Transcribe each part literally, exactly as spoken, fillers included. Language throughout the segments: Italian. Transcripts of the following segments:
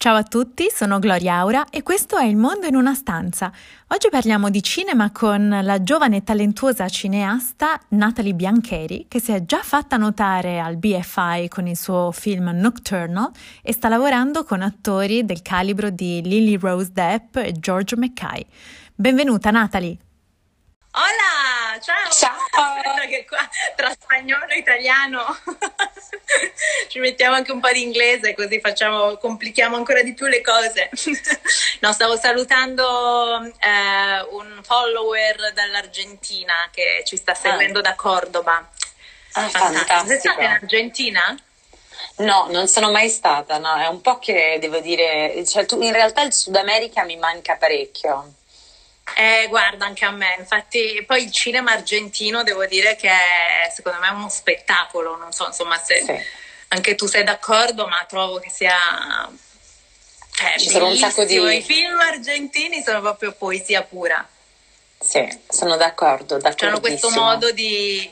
Ciao a tutti, sono Gloria Aura e questo è Il Mondo in una stanza. Oggi parliamo di cinema con la giovane e talentuosa cineasta Natalie Biancheri, che si è già fatta notare al B F I con il suo film Nocturnal e sta lavorando con attori del calibro di Lily Rose Depp e George Mackay. Benvenuta Natalie! Hola, ciao! Ciao! Aspetta che qua tra spagnolo e italiano ci mettiamo anche un po' di inglese, così facciamo, complichiamo ancora di più le cose. No, stavo salutando eh, un follower dall'Argentina che ci sta seguendo ah. da Cordoba. Ah, fantastico! Sei stata in Argentina? No, non sono mai stata, no, è un po' che devo dire, cioè tu, in realtà il Sud America mi manca parecchio. Eh, guarda, anche a me, infatti poi il cinema argentino devo dire che è, secondo me è uno spettacolo, non so insomma se sì. anche tu sei d'accordo, ma trovo che sia eh, ci sono un sacco di... i film argentini sono proprio poesia pura. Sì, sono d'accordo, d'accordissimo. Hanno questo modo di...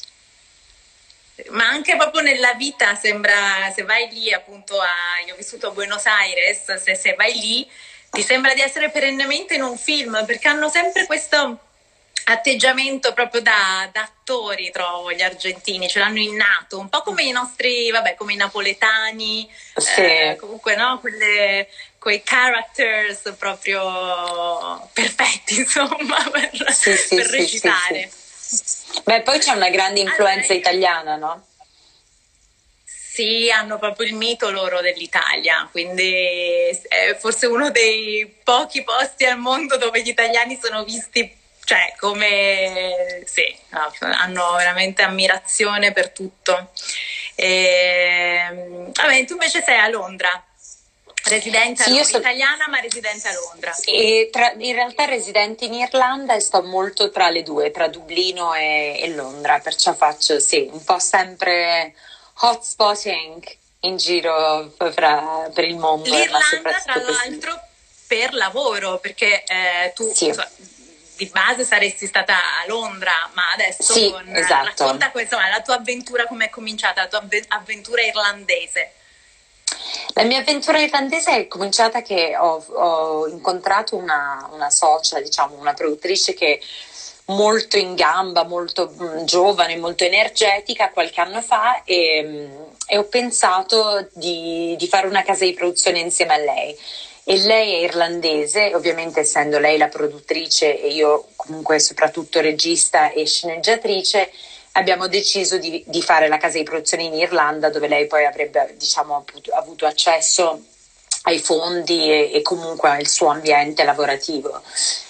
ma anche proprio nella vita sembra, se vai lì appunto a... io ho vissuto a Buenos Aires, se, se vai lì ti sembra di essere perennemente in un film, perché hanno sempre questo atteggiamento proprio da, da attori, trovo, gli argentini, ce l'hanno innato, un po' come i nostri, vabbè, come i napoletani, sì. eh, comunque, no? Quelle, quei characters proprio perfetti, insomma, per, sì, sì, per sì, recitare. Sì, sì. Beh, poi c'è una grande influenza allora, italiana, no? Sì, hanno proprio il mito loro dell'Italia, quindi è forse uno dei pochi posti al mondo dove gli italiani sono visti, cioè come, sì, no, hanno veramente ammirazione per tutto. E, vabbè, tu invece sei a Londra, residente sì, a Londra, so... italiana ma residente a Londra. E tra, in realtà residente in Irlanda e sto molto tra le due, tra Dublino e, e Londra, perciò faccio sì, un po' sempre... hotspotting in giro fra, per il mondo. L'Irlanda tra l'altro così. Per lavoro, perché eh, tu sì. so, di base saresti stata a Londra, ma adesso sì, con, esatto. racconta insomma, la tua avventura, come è cominciata, la tua avventura irlandese. La mia avventura irlandese è cominciata che ho, ho incontrato una, una socia, diciamo una produttrice che molto in gamba, molto mh, giovane, molto energetica qualche anno fa e, mh, e ho pensato di, di fare una casa di produzione insieme a lei. E lei è irlandese, ovviamente essendo lei la produttrice e io comunque soprattutto regista e sceneggiatrice, abbiamo deciso di, di fare la casa di produzione in Irlanda, dove lei poi avrebbe, diciamo, avuto accesso ai fondi e, e comunque al suo ambiente lavorativo.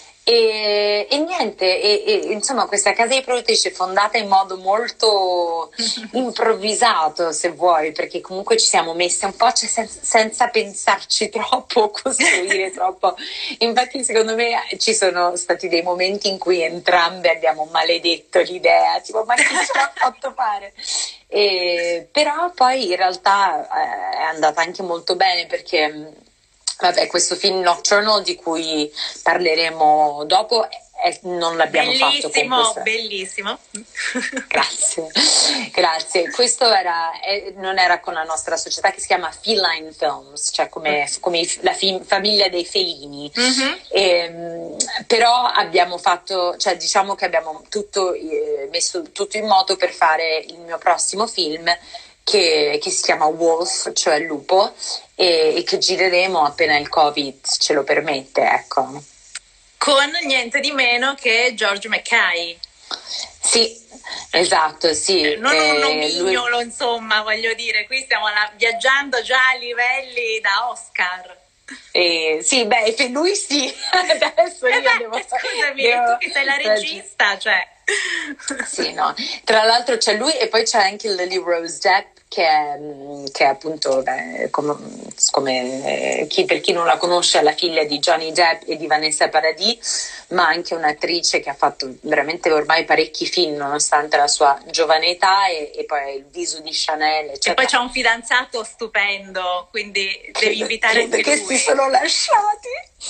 E, e niente, e, e, insomma questa casa di produttrice è fondata in modo molto improvvisato, se vuoi, perché comunque ci siamo messe un po' cioè, senza, senza pensarci troppo, costruire troppo. Infatti secondo me ci sono stati dei momenti in cui entrambe abbiamo maledetto l'idea, tipo ma chi ci ha fatto fare? E, però poi in realtà eh, è andata anche molto bene perché vabbè, questo film Nocturnal di cui parleremo dopo eh, non l'abbiamo bellissimo, fatto con questa... bellissimo. Grazie, grazie. Questo era, eh, non era con la nostra società che si chiama Feline Films, cioè come, come la fi- famiglia dei felini. Mm-hmm. E, però abbiamo fatto, cioè diciamo che abbiamo tutto eh, messo tutto in moto per fare il mio prossimo film. Che, che si chiama Wolf, cioè lupo, e, e che gireremo appena il Covid ce lo permette, ecco. Con niente di meno che George Mackay. Sì, esatto, sì. Non eh, un nomignolo, lui... insomma, voglio dire, qui stiamo la, viaggiando già a livelli da Oscar. Eh, sì, beh, per lui sì. Adesso eh io beh, devo... Scusami, devo... tu che sei la regista, cioè... Sì, no. Tra l'altro c'è lui e poi c'è anche Lily Rose Depp che è, che è appunto beh, come, come chi, per chi non la conosce è la figlia di Johnny Depp e di Vanessa Paradis, ma anche un'attrice che ha fatto veramente ormai parecchi film nonostante la sua giovane età e, e poi il viso di Chanel eccetera. E poi c'è un fidanzato stupendo, quindi devi invitare anche perché lui. si sono lasciati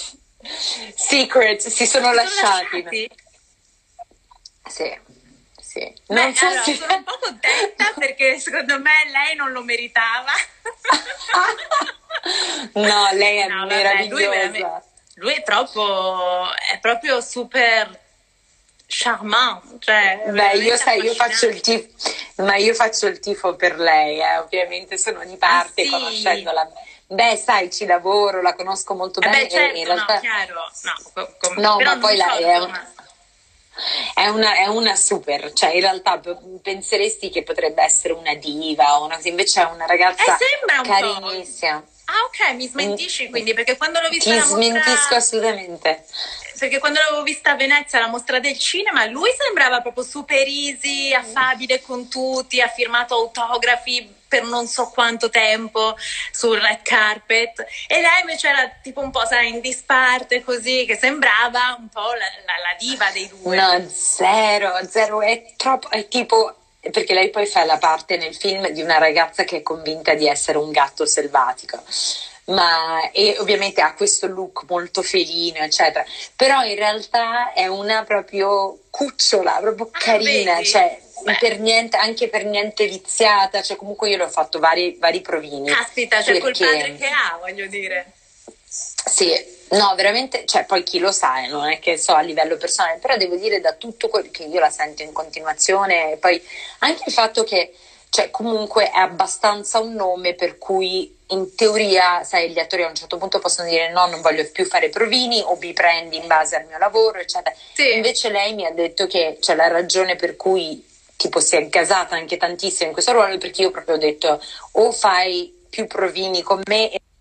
Secret, si sono, si lasciati, sono lasciati? Sì, sì. Beh, non so allora, se... sono un po' contenta perché secondo me lei non lo meritava. No, lei è No, vabbè, lui, meravigliosa. veramente- lui è troppo, è proprio super charmant, cioè è Beh, io veramente sai, io faccio il affascinante. tifo, ma io faccio il tifo per lei, eh. Ovviamente sono di Ah parte, sì? conoscendola. Beh, sai, ci lavoro, la conosco molto Eh bene beh, e in certo, no, realtà chiaro, no, co- com- no, però ma non poi so, lei è, un- insomma. è una, è una super, cioè in realtà p- penseresti che potrebbe essere una diva o una, invece è una Eh, ragazza sembra un po'. carinissima. Ah, ok, mi Mm, smentisci quindi, perché quando l'ho vista Ti alla smentisco mostra, assolutamente. perché quando l'avevo vista a Venezia alla mostra del cinema, lui sembrava proprio super easy, affabile con tutti, ha firmato autografi per non so quanto tempo sul red carpet, e lei invece era tipo un po', sai, in disparte così, che sembrava un po' la, la- la diva dei due. No, zero, zero, è troppo, è tipo, perché lei poi fa la parte nel film di una ragazza che è convinta di essere un gatto selvatico, ma e ovviamente ha questo look molto felino, eccetera, però in realtà è una proprio cucciola, proprio Ah, carina, vedi? cioè Beh, per niente, anche per niente viziata, cioè comunque io le ho fatto vari, vari provini, caspita, cioè col padre perché che ha, voglio dire. sì, no, veramente, cioè poi chi lo sa, eh, non è che so a livello personale, però devo dire da tutto quello che io la sento in continuazione, e poi anche il fatto che, cioè, comunque è abbastanza un nome per cui in teoria, sai, gli attori a un certo punto possono dire no, non voglio più fare provini o mi prendi in base al mio lavoro, eccetera. Sì. Invece lei mi ha detto che c'è la ragione per cui tipo si è gasata anche tantissimo in questo ruolo, perché io proprio ho detto o fai più provini con me e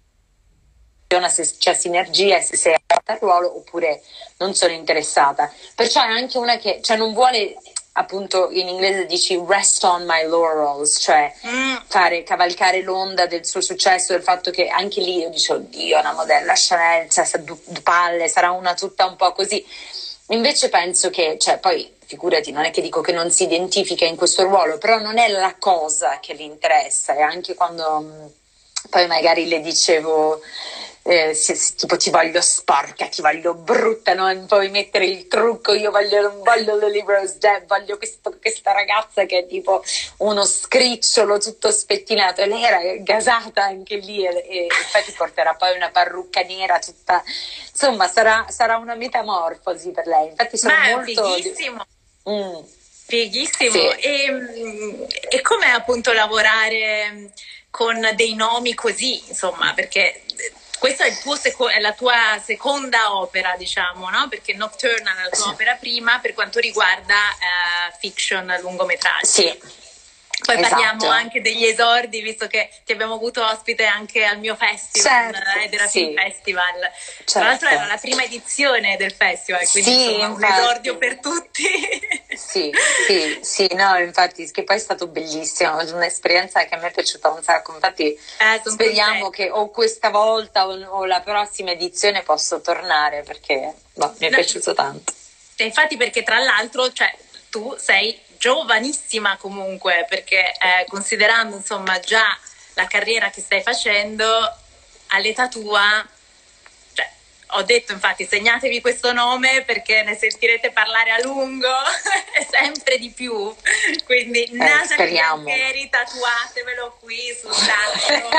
se c'è sinergia e se sei adatta al ruolo oppure non sono interessata, perciò è anche una che cioè non vuole, appunto in inglese dici rest on my laurels, cioè Mm. fare cavalcare l'onda del suo successo, del fatto che anche lì io dicevo oddio una modella Chanel, cioè sa du, du palle, sarà una tutta un po' così, invece penso che cioè poi figurati, non è che dico che non si identifica in questo ruolo, però non è la cosa che le interessa, e anche quando mh, poi magari le dicevo eh, se, se, tipo ti voglio sporca, ti voglio brutta, non puoi mettere il trucco, io voglio, non voglio Lily Rose Depp, voglio questo, questa ragazza che è tipo uno scricciolo tutto spettinato, e lei era gasata anche lì e, e infatti porterà poi una parrucca nera tutta, insomma sarà, sarà una metamorfosi per lei, infatti sono Ma è molto fighissimo. mm, Fighissimo. sì. E, mm, e com'è appunto lavorare con dei nomi così, insomma, perché questa è, il tuo seco- è la tua seconda opera, diciamo, no? Perché Nocturnal è la tua Sì. opera prima per quanto riguarda eh, fiction, lungometraggi. Sì. Poi Esatto. parliamo anche degli esordi, visto che ti abbiamo avuto ospite anche al mio festival, Certo, ed era sì. Film Festival. Tra Certo. l'altro era la prima edizione del festival, quindi Sì, insomma un infatti. esordio per tutti. Sì, sì, sì, no, infatti, che poi è stato bellissimo, un'esperienza che a me è piaciuta un sacco, infatti Eh, son speriamo contenta. che o questa volta o, o la prossima edizione posso tornare, perché boh, mi è No. piaciuto tanto. E infatti perché tra l'altro, cioè, tu sei giovanissima comunque, perché eh, considerando insomma già la carriera che stai facendo all'età tua, cioè, ho detto infatti segnatevi questo nome perché ne sentirete parlare a lungo e sempre di più, quindi Natalie speriamo. Biancheri, tatuatevelo qui sul braccio.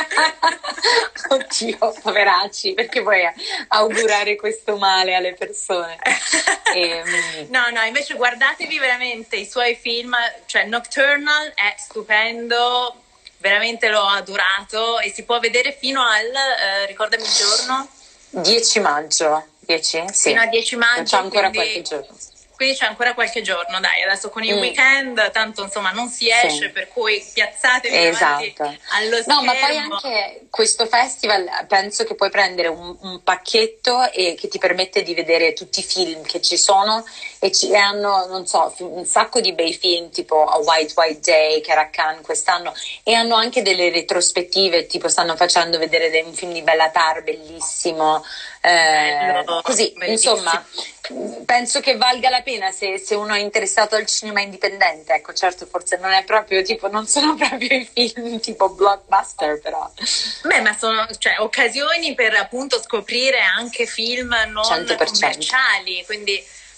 Oddio, poveracci, perché vuoi augurare questo male alle persone? E, mm, No, no, invece guardatevi veramente i suoi film, cioè Nocturnal è stupendo, veramente l'ho adorato e si può vedere fino al, eh, ricordami il giorno, dieci maggio, dieci? Sì, fino al dieci maggio. c'è ancora quindi, qualche giorno. Quindi c'è ancora qualche giorno, dai, adesso con il Mm. weekend, tanto insomma non si esce, Sì. per cui piazzatevi davanti Esatto. allo No, schermo. ma poi anche questo festival penso che puoi prendere un, un pacchetto e che ti permette di vedere tutti i film che ci sono e, ci, e hanno, non so, un sacco di bei film tipo A White White Day che era a Cannes quest'anno, e hanno anche delle retrospettive, tipo stanno facendo vedere dei, un film di Bella Tar bellissimo, eh, Bello, così, bellissimo. insomma penso che valga la pena se, se uno è interessato al cinema indipendente, ecco, certo forse non è proprio tipo, non sono proprio i film tipo blockbuster, però Beh, ma sono cioè, occasioni per appunto scoprire anche film non cento per cento. commerciali, quindi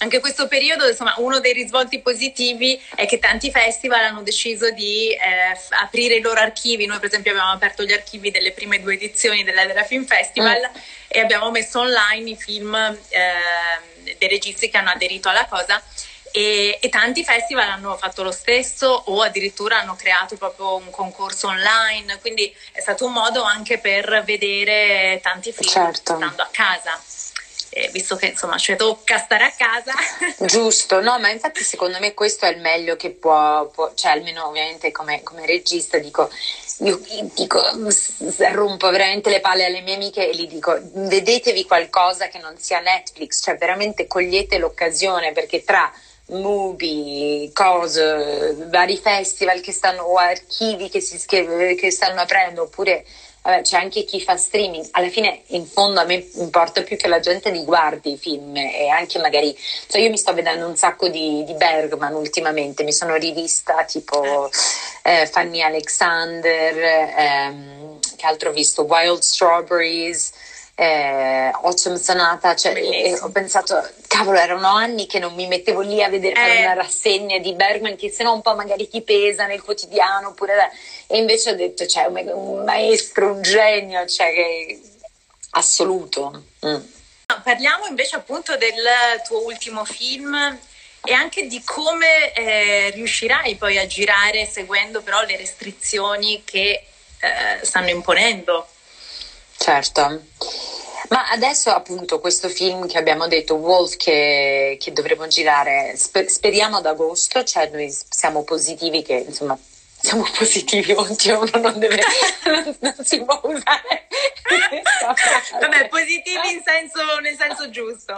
anche questo periodo, insomma, uno dei risvolti positivi è che tanti festival hanno deciso di eh, f- aprire i loro archivi. Noi per esempio abbiamo aperto gli archivi delle prime due edizioni dell'Edera Film Festival mm. e abbiamo messo online i film eh, dei registi che hanno aderito alla cosa. E, e tanti festival hanno fatto lo stesso o addirittura hanno creato proprio un concorso online, quindi è stato un modo anche per vedere tanti film certo. stando a casa, e visto che insomma ci tocca stare a casa. Giusto, no, ma infatti secondo me questo è il meglio che può, può cioè almeno ovviamente come, come regista dico, io dico, rompo veramente le palle alle mie amiche e gli dico vedetevi qualcosa che non sia Netflix, cioè veramente cogliete l'occasione, perché tra Mubi, cose, vari festival che stanno o archivi che si che, che stanno aprendo, oppure vabbè, c'è anche chi fa streaming. Alla fine in fondo a me importa più che la gente li guardi i film, e anche magari cioè io mi sto vedendo un sacco di, di Bergman ultimamente, mi sono rivista tipo eh, Fanny Alexander, ehm, che altro ho visto, Wild Strawberries, Eh, Autumn Sonata, cioè, e ho pensato cavolo, erano anni che non mi mettevo lì a vedere eh. una rassegna di Bergman, che se no un po' magari ti pesa nel quotidiano oppure, e invece ho detto cioè, un, un maestro, un genio, cioè, che, assoluto. mm. Parliamo invece appunto del tuo ultimo film e anche di come eh, riuscirai poi a girare seguendo però le restrizioni che eh, stanno imponendo. Certo, ma adesso appunto questo film che abbiamo detto, Wolf, che, che dovremo girare, sper- speriamo ad agosto, cioè noi siamo positivi che insomma siamo positivi, oddio, uno non deve, non, non si può usare. Vabbè, positivi in senso, nel senso giusto.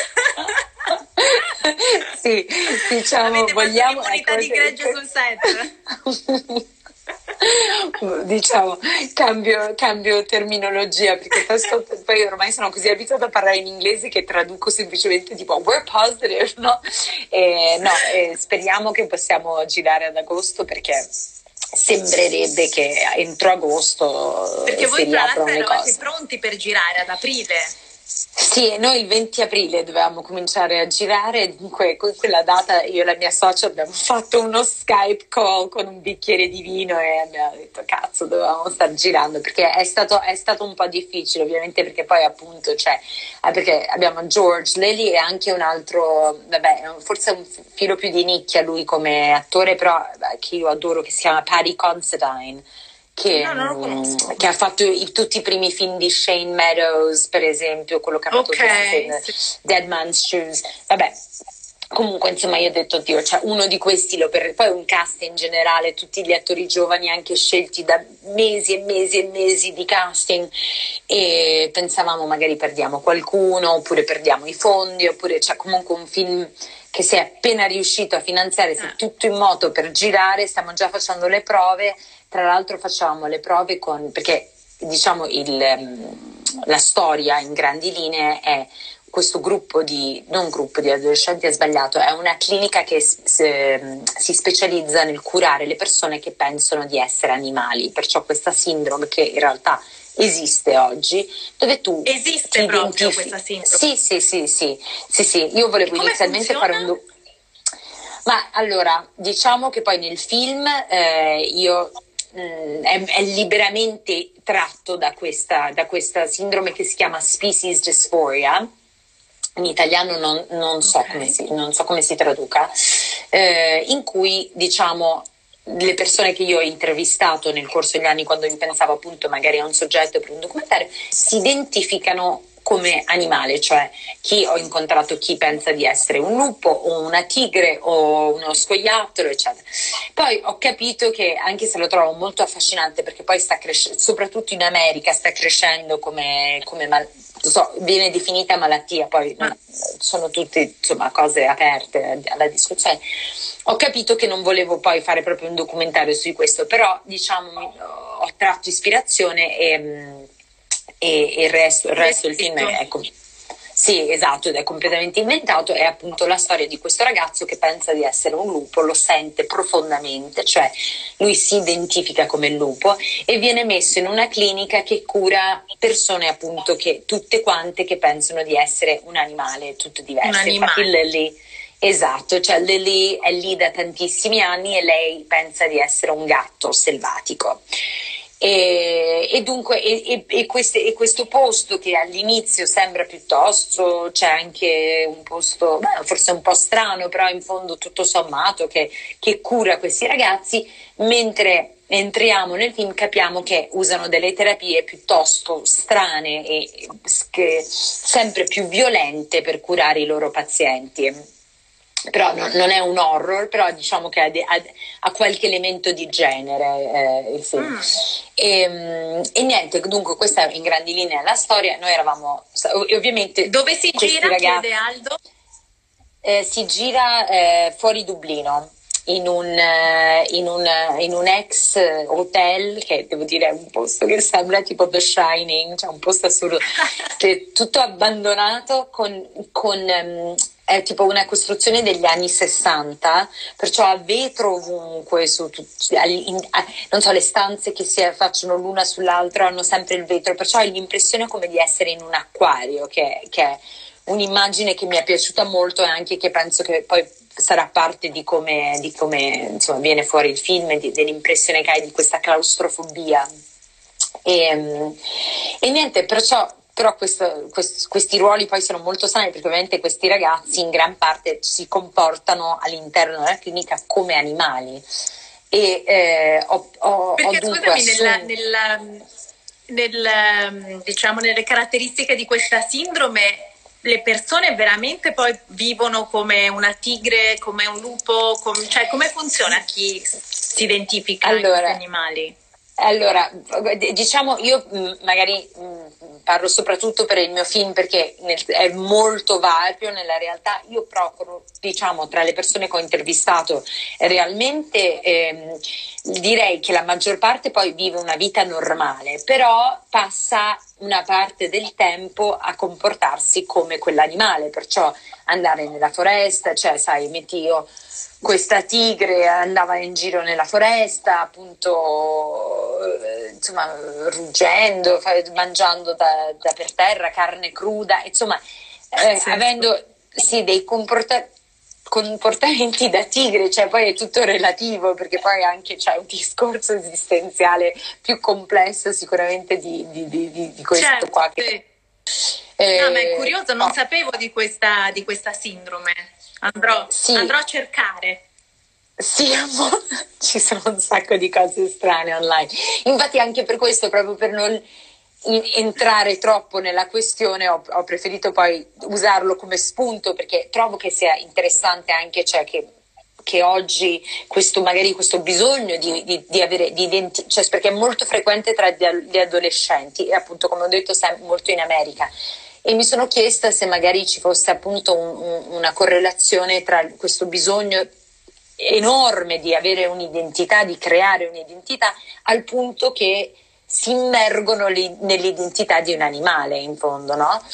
Sì, diciamo, avete vogliamo... Avete ecco, di gregge sul set. Diciamo cambio, cambio terminologia, perché questo, poi ormai sono così abituata a parlare in inglese che traduco semplicemente tipo we're positive, no? E, no e speriamo che possiamo girare ad agosto, perché sembrerebbe che entro agosto perché voi si tra l'altro riaprono le eravate cose. pronti per girare ad aprile. Sì, noi il venti aprile dovevamo cominciare a girare, dunque con quella data io e la mia socia abbiamo fatto uno Skype call con un bicchiere di vino e abbiamo detto cazzo, dovevamo star girando, perché è stato, è stato un po' difficile ovviamente, perché poi appunto c'è, eh, perché abbiamo George Lely e anche un altro, vabbè, forse un filo più di nicchia lui come attore, però beh, che io adoro, che si chiama Paddy Considine. Che, no, che ha fatto i, tutti i primi film di Shane Meadows, per esempio, quello che ha fatto okay, film, sì. Dead Man's Shoes, vabbè, comunque insomma io ho detto Dio, cioè uno di questi lo per... poi un cast in generale, tutti gli attori giovani anche scelti da mesi e mesi e mesi di casting, e pensavamo magari perdiamo qualcuno oppure perdiamo i fondi, oppure cioè comunque un film che si è appena riuscito a finanziare, si è tutto in moto per girare, stiamo già facendo le prove. Tra l'altro facciamo le prove con, perché diciamo il, la storia in grandi linee è questo gruppo di, non gruppo di adolescenti, è sbagliato, è una clinica che si, si specializza nel curare le persone che pensano di essere animali, perciò questa sindrome che in realtà esiste oggi, dove tu esiste ti proprio identifichi. Questa sindrome? Sì, sì, sì, sì, sì, sì. Io volevo inizialmente funziona? fare un... Do- Ma allora, diciamo che poi nel film eh, io... È, è liberamente tratto da questa, da questa sindrome che si chiama species dysphoria. In italiano non, non, so, okay. come si, non so come si traduca, eh, in cui diciamo le persone che io ho intervistato nel corso degli anni, quando io pensavo appunto magari a un soggetto per un documentario, si identificano come animale, cioè chi ho incontrato chi pensa di essere un lupo o una tigre o uno scoiattolo, eccetera. Poi ho capito che, anche se lo trovo molto affascinante, perché poi sta crescendo, soprattutto in America sta crescendo come, come mal- so, viene definita malattia, poi no, sono tutte insomma cose aperte alla discussione. Ho capito che non volevo poi fare proprio un documentario su questo, però diciamo ho tratto ispirazione e E, e il resto, il resto del film è, ecco, Sì, esatto, ed è completamente inventato, è appunto la storia di questo ragazzo che pensa di essere un lupo, lo sente profondamente, cioè lui si identifica come il lupo e viene messo in una clinica che cura persone appunto che tutte quante che pensano di essere un animale, tutto diverso. Un animale. Infatti Lily, esatto, cioè Lily è lì da tantissimi anni e lei pensa di essere un gatto selvatico. E, e dunque e, e, queste, e questo posto che all'inizio sembra piuttosto, c'è anche un posto beh, forse un po' strano, però in fondo tutto sommato che, che cura questi ragazzi, mentre entriamo nel film capiamo che usano delle terapie piuttosto strane e che, sempre più violente per curare i loro pazienti. Però no, non è un horror, però diciamo che ha, de, ha, ha qualche elemento di genere eh, il film. Mm. E, e niente, dunque questa è in grandi linee la storia. Noi eravamo ovviamente dove si gira, ragazzi, chiede Aldo? Eh, si gira eh, fuori Dublino in un, eh, in, un, in un ex hotel che devo dire è un posto che sembra tipo The Shining, cioè un posto assurdo che è tutto abbandonato con, con um, è tipo una costruzione degli anni sessanta, perciò a vetro ovunque, su tutti, in, non so, le stanze che si facciano l'una sull'altra hanno sempre il vetro, perciò hai l'impressione come di essere in un acquario, che, che è un'immagine che mi è piaciuta molto e anche che penso che poi sarà parte di come, di come insomma, viene fuori il film e di, dell'impressione che hai di questa claustrofobia. E, e niente, perciò però questo, quest, questi ruoli poi sono molto strani perché ovviamente questi ragazzi in gran parte si comportano all'interno della clinica come animali e eh, ho, ho, perché ho dunque scusami assun... nella, nella, nel, diciamo nelle caratteristiche di questa sindrome le persone veramente poi vivono come una tigre, come un lupo, come, cioè come funziona chi si identifica allora, in questi animali? Allora, diciamo io magari parlo soprattutto per il mio film perché è molto vario nella realtà. Io procuro, diciamo, tra le persone che ho intervistato realmente ehm, direi che la maggior parte poi vive una vita normale, però passa una parte del tempo a comportarsi come quell'animale, perciò andare nella foresta, cioè sai, metti io questa tigre andava in giro nella foresta, appunto, insomma, ruggendo, mangiando da, da per terra carne cruda, insomma, eh, sì, avendo sì, dei comporta- comportamenti da tigre, cioè poi è tutto relativo, perché poi anche c'è un discorso esistenziale più complesso sicuramente di, di, di, di questo certo, qua. Che, sì. eh, no, ma è curioso, non no. sapevo di questa, di questa sindrome. Andrò, sì. andrò a cercare. Sì, ci sono un sacco di cose strane online. Infatti anche per questo, proprio per non entrare troppo nella questione, ho, ho preferito poi usarlo come spunto, perché trovo che sia interessante anche, cioè che, che oggi questo magari questo bisogno di, di, di avere di identi- cioè perché è molto frequente tra gli adolescenti e appunto, come ho detto, sempre molto in America. E mi sono chiesta se magari ci fosse appunto un, un, una correlazione tra questo bisogno enorme di avere un'identità, di creare un'identità, al punto che si immergono li, nell'identità di un animale, in fondo, no?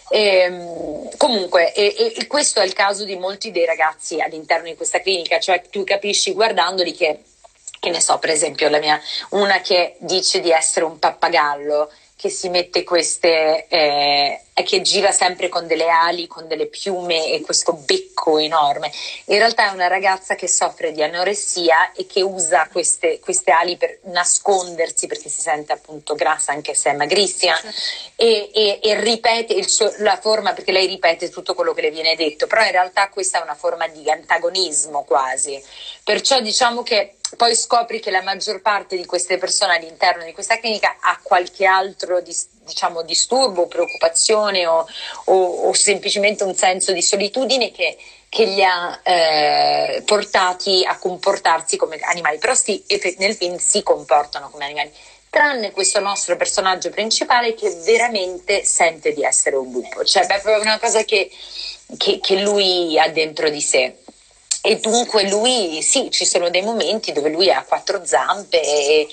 E, comunque, e, e questo è il caso di molti dei ragazzi all'interno di questa clinica, cioè tu capisci guardandoli che, che ne so, per esempio la mia, una che dice di essere un pappagallo, che si mette queste, eh, che gira sempre con delle ali, con delle piume e questo becco enorme. In realtà è una ragazza che soffre di anoressia e che usa queste, queste ali per nascondersi perché si sente appunto grassa anche se è magrissima, e, e, e ripete il suo, la forma, perché lei ripete tutto quello che le viene detto, però in realtà questa è una forma di antagonismo quasi. Perciò diciamo che poi scopri che la maggior parte di queste persone all'interno di questa clinica ha qualche altro dis, diciamo disturbo, preoccupazione o, o, o semplicemente un senso di solitudine che, che li ha eh, portati a comportarsi come animali, però sti, nel film si comportano come animali, tranne questo nostro personaggio principale che veramente sente di essere un lupo, cioè è proprio una cosa che, che, che lui ha dentro di sé. E dunque lui, sì, ci sono dei momenti dove lui ha quattro zampe e,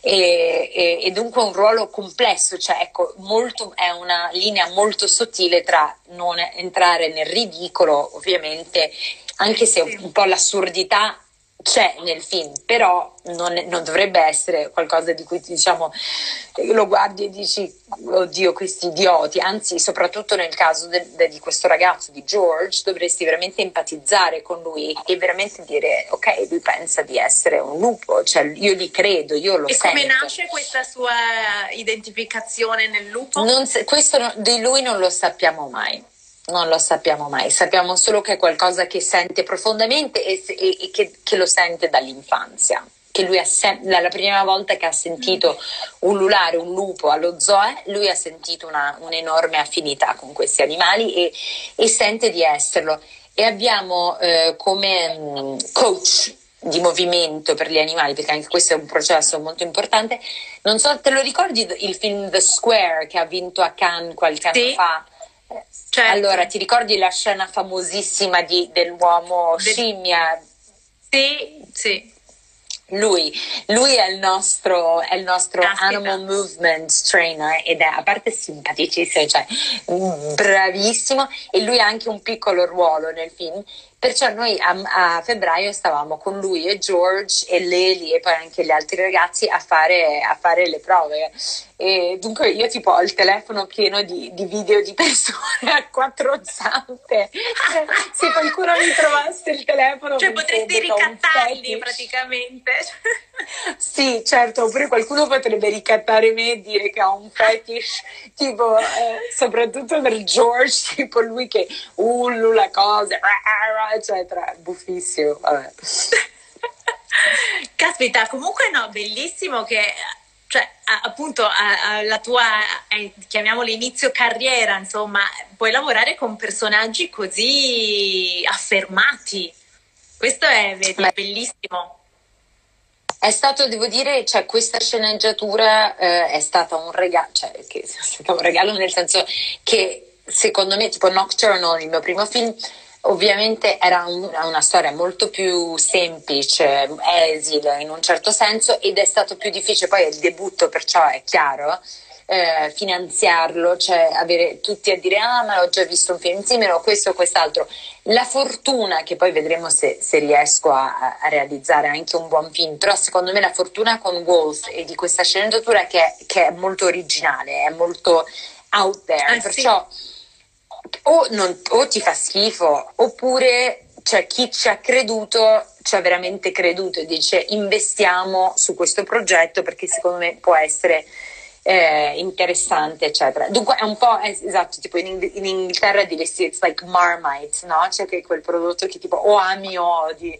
e, e, e dunque un ruolo complesso, cioè ecco, molto, è una linea molto sottile tra non entrare nel ridicolo, ovviamente, anche se un po' l'assurdità c'è nel film, però non, non dovrebbe essere qualcosa di cui diciamo lo guardi e dici oddio questi idioti, anzi soprattutto nel caso de, de, di questo ragazzo di George dovresti veramente empatizzare con lui e veramente dire ok, lui pensa di essere un lupo, cioè io gli credo, io lo e sento. E come nasce questa sua identificazione nel lupo? Non, questo no, di lui non lo sappiamo mai. Non lo sappiamo mai, sappiamo solo che è qualcosa che sente profondamente e, e, e che, che lo sente dall'infanzia. Che lui ha sem- la prima volta che ha sentito ululare un lupo allo zoo, lui ha sentito una, un'enorme affinità con questi animali e, e sente di esserlo. E abbiamo eh, come mh, coach di movimento per gli animali, perché anche questo è un processo molto importante. Non so, te lo ricordi il film The Square che ha vinto a Cannes qualche anno sì. fa? Certo. Allora, ti ricordi la scena famosissima di, dell'uomo De... scimmia? Sì, sì. Lui, lui è il nostro, è il nostro animal movement trainer ed è a parte simpaticissimo, cioè bravissimo, e lui ha anche un piccolo ruolo nel film. Perciò noi a, a febbraio stavamo con lui e George e Lely e poi anche gli altri ragazzi a fare, a fare le prove. E dunque io tipo ho il telefono pieno di, di video di persone a quattro zampe. Se qualcuno mi trovasse il telefono, cioè potresti ricattarli praticamente. Sì, certo, oppure qualcuno potrebbe ricattare me e dire che ho un fetish tipo eh, soprattutto per George, tipo lui che ullula cose eccetera, buffissimo, vabbè. Caspita, comunque no, bellissimo che cioè appunto la tua eh, chiamiamolo inizio carriera, insomma, puoi lavorare con personaggi così affermati, questo è vedi, Beh, bellissimo. È stato, devo dire, cioè questa sceneggiatura eh, è stata un regalo, cioè che è stato un regalo nel senso che secondo me tipo Nocturnal, il mio primo film, ovviamente era un, una storia molto più semplice, esile in un certo senso, ed è stato più difficile, poi è il debutto, perciò è chiaro, eh, finanziarlo, cioè avere tutti a dire ah ma ho già visto un film simile o questo o quest'altro. La fortuna, che poi vedremo se, se riesco a, a realizzare anche un buon film, però secondo me la fortuna con Wolf e di questa sceneggiatura è che, che è molto originale, è molto out there, ah, perciò sì. O, non, o ti fa schifo, oppure cioè, chi ci ha creduto ci ha veramente creduto e dice investiamo su questo progetto perché secondo me può essere eh, interessante, eccetera. Dunque è un po' è, esatto, tipo in, in Inghilterra diresti it's like Marmite, no? Cioè che quel prodotto che tipo o ami o odi.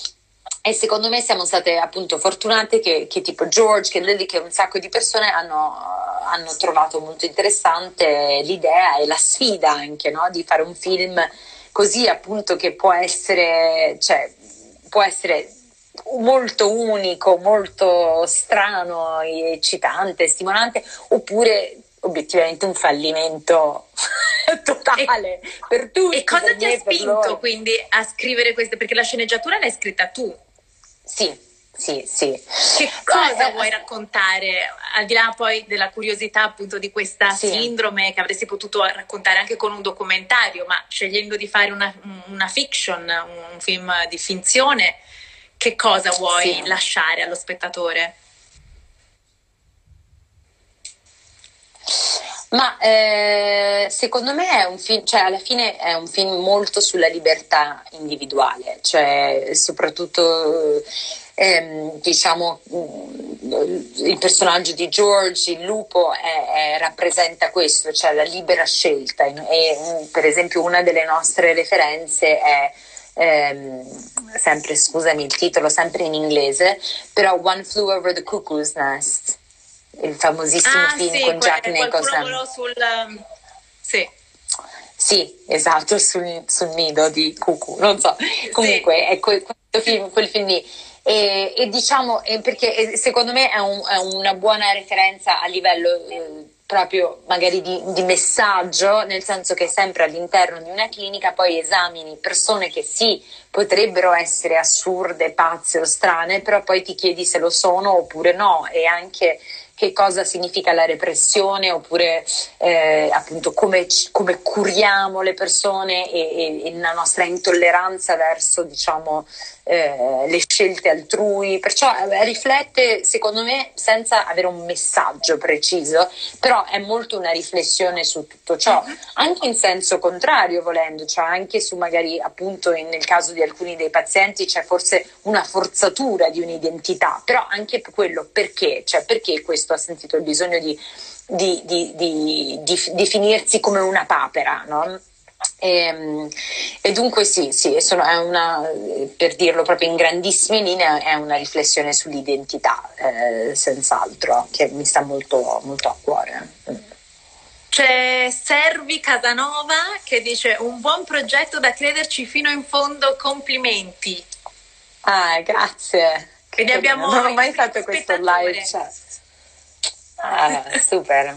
E secondo me siamo state appunto fortunate che, che tipo George, che Lily, che un sacco di persone hanno, hanno trovato molto interessante l'idea e la sfida anche, no? Di fare un film così appunto che può essere, cioè, può essere molto unico, molto strano, eccitante, stimolante, oppure obiettivamente un fallimento totale e, per tutti. E cosa per ti me, ha spinto quindi a scrivere queste? Perché la sceneggiatura l'hai scritta tu. Sì, sì, sì. Che cosa eh, vuoi raccontare, al di là poi della curiosità appunto di questa sì. sindrome che avresti potuto raccontare anche con un documentario, ma scegliendo di fare una, una fiction, un film di finzione, che cosa vuoi sì. lasciare allo spettatore? Ma eh, secondo me è un film, cioè alla fine è un film molto sulla libertà individuale, cioè soprattutto ehm, diciamo il personaggio di George, il lupo, è, è, rappresenta questo, cioè la libera scelta e, e per esempio una delle nostre referenze è ehm, sempre, scusami il titolo, sempre in inglese, però One Flew Over the Cuckoo's Nest, il famosissimo ah, film sì, con Jack que- Nicholson. Sul, um, sì. Sì, esatto, sul, sul nido di cucù, non so. Comunque, sì. È quel, quel, film, quel film lì. E, e diciamo, e perché secondo me è, un, è una buona referenza a livello eh, proprio magari di, di messaggio, nel senso che sempre all'interno di una clinica poi esamini persone che sì, potrebbero essere assurde, pazze o strane, però poi ti chiedi se lo sono oppure no, e anche che cosa significa la repressione, oppure eh, appunto come, come curiamo le persone e, e, e la nostra intolleranza verso, diciamo, eh, le scelte altrui. Perciò eh, riflette, secondo me, senza avere un messaggio preciso, però è molto una riflessione su tutto ciò, anche in senso contrario volendo, cioè anche su magari appunto in, nel caso di alcuni dei pazienti c'è forse una forzatura di un'identità, però anche quello perché, cioè perché questo ha sentito il bisogno di, di, di, di, di definirsi come una papera, no? E, e dunque sì, sì, sono, è una, per dirlo proprio in grandissime linee, è una riflessione sull'identità, eh, senz'altro, che mi sta molto, molto a cuore. C'è Servi Casanova che dice: un buon progetto da crederci fino in fondo, complimenti. Ah, grazie. Quindi abbiamo non ho mai fatto questo live chat. Ah, super.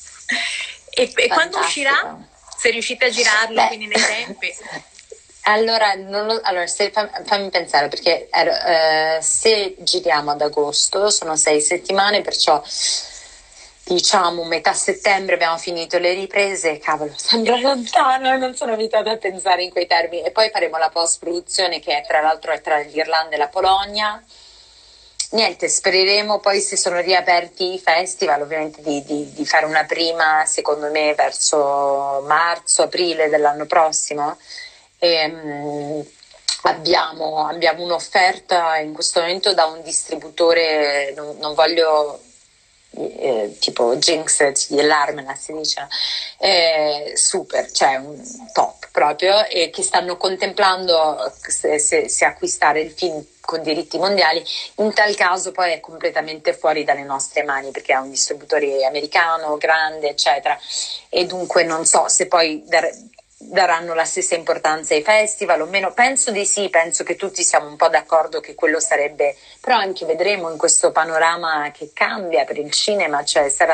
E, e quando uscirà? Se riuscite a girarlo, Beh. quindi nei tempi. Allora, non lo, allora se, fammi pensare, perché eh, se giriamo ad agosto sono sei settimane, perciò diciamo metà settembre abbiamo finito le riprese. Cavolo, sembra lontano, non sono abituata a pensare in quei termini. E poi faremo la post-produzione, che è, tra l'altro è tra l'Irlanda e la Polonia. Niente, spereremo poi, se sono riaperti i festival, ovviamente di, di, di fare una prima, secondo me verso marzo, aprile dell'anno prossimo. E, um, abbiamo, abbiamo un'offerta in questo momento da un distributore, non, non voglio eh, tipo jinx, l'Armena si dice, eh, super, cioè un top proprio, e che stanno contemplando se, se, se acquistare il film con diritti mondiali. In tal caso poi è completamente fuori dalle nostre mani, perché è un distributore americano grande, eccetera, e dunque non so se poi dar- daranno la stessa importanza ai festival o meno. Penso di sì, penso che tutti siamo un po' d'accordo che quello sarebbe, però anche vedremo in questo panorama che cambia per il cinema, cioè sarà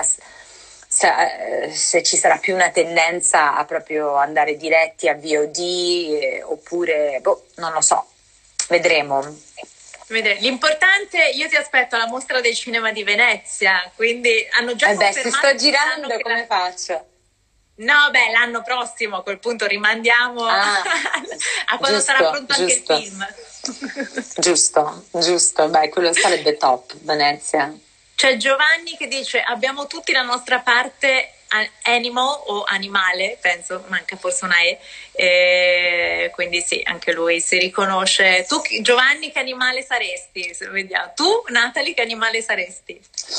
se, se ci sarà più una tendenza a proprio andare diretti a V O D eh, oppure boh, non lo so, vedremo. L'importante, io ti aspetto alla mostra del cinema di Venezia, quindi hanno già eh beh, confermato. se sto girando come la... faccio? No, beh, l'anno prossimo a quel punto rimandiamo ah, a quando giusto, sarà pronto giusto. Anche il film. Giusto, giusto, beh, quello sarebbe top, Venezia. C'è Giovanni che dice: abbiamo tutti la nostra parte animal o animale, penso, manca forse una E, e quindi sì, anche lui si riconosce. Tu, Giovanni, che animale saresti? Vediamo. Tu, Natalie, che animale saresti?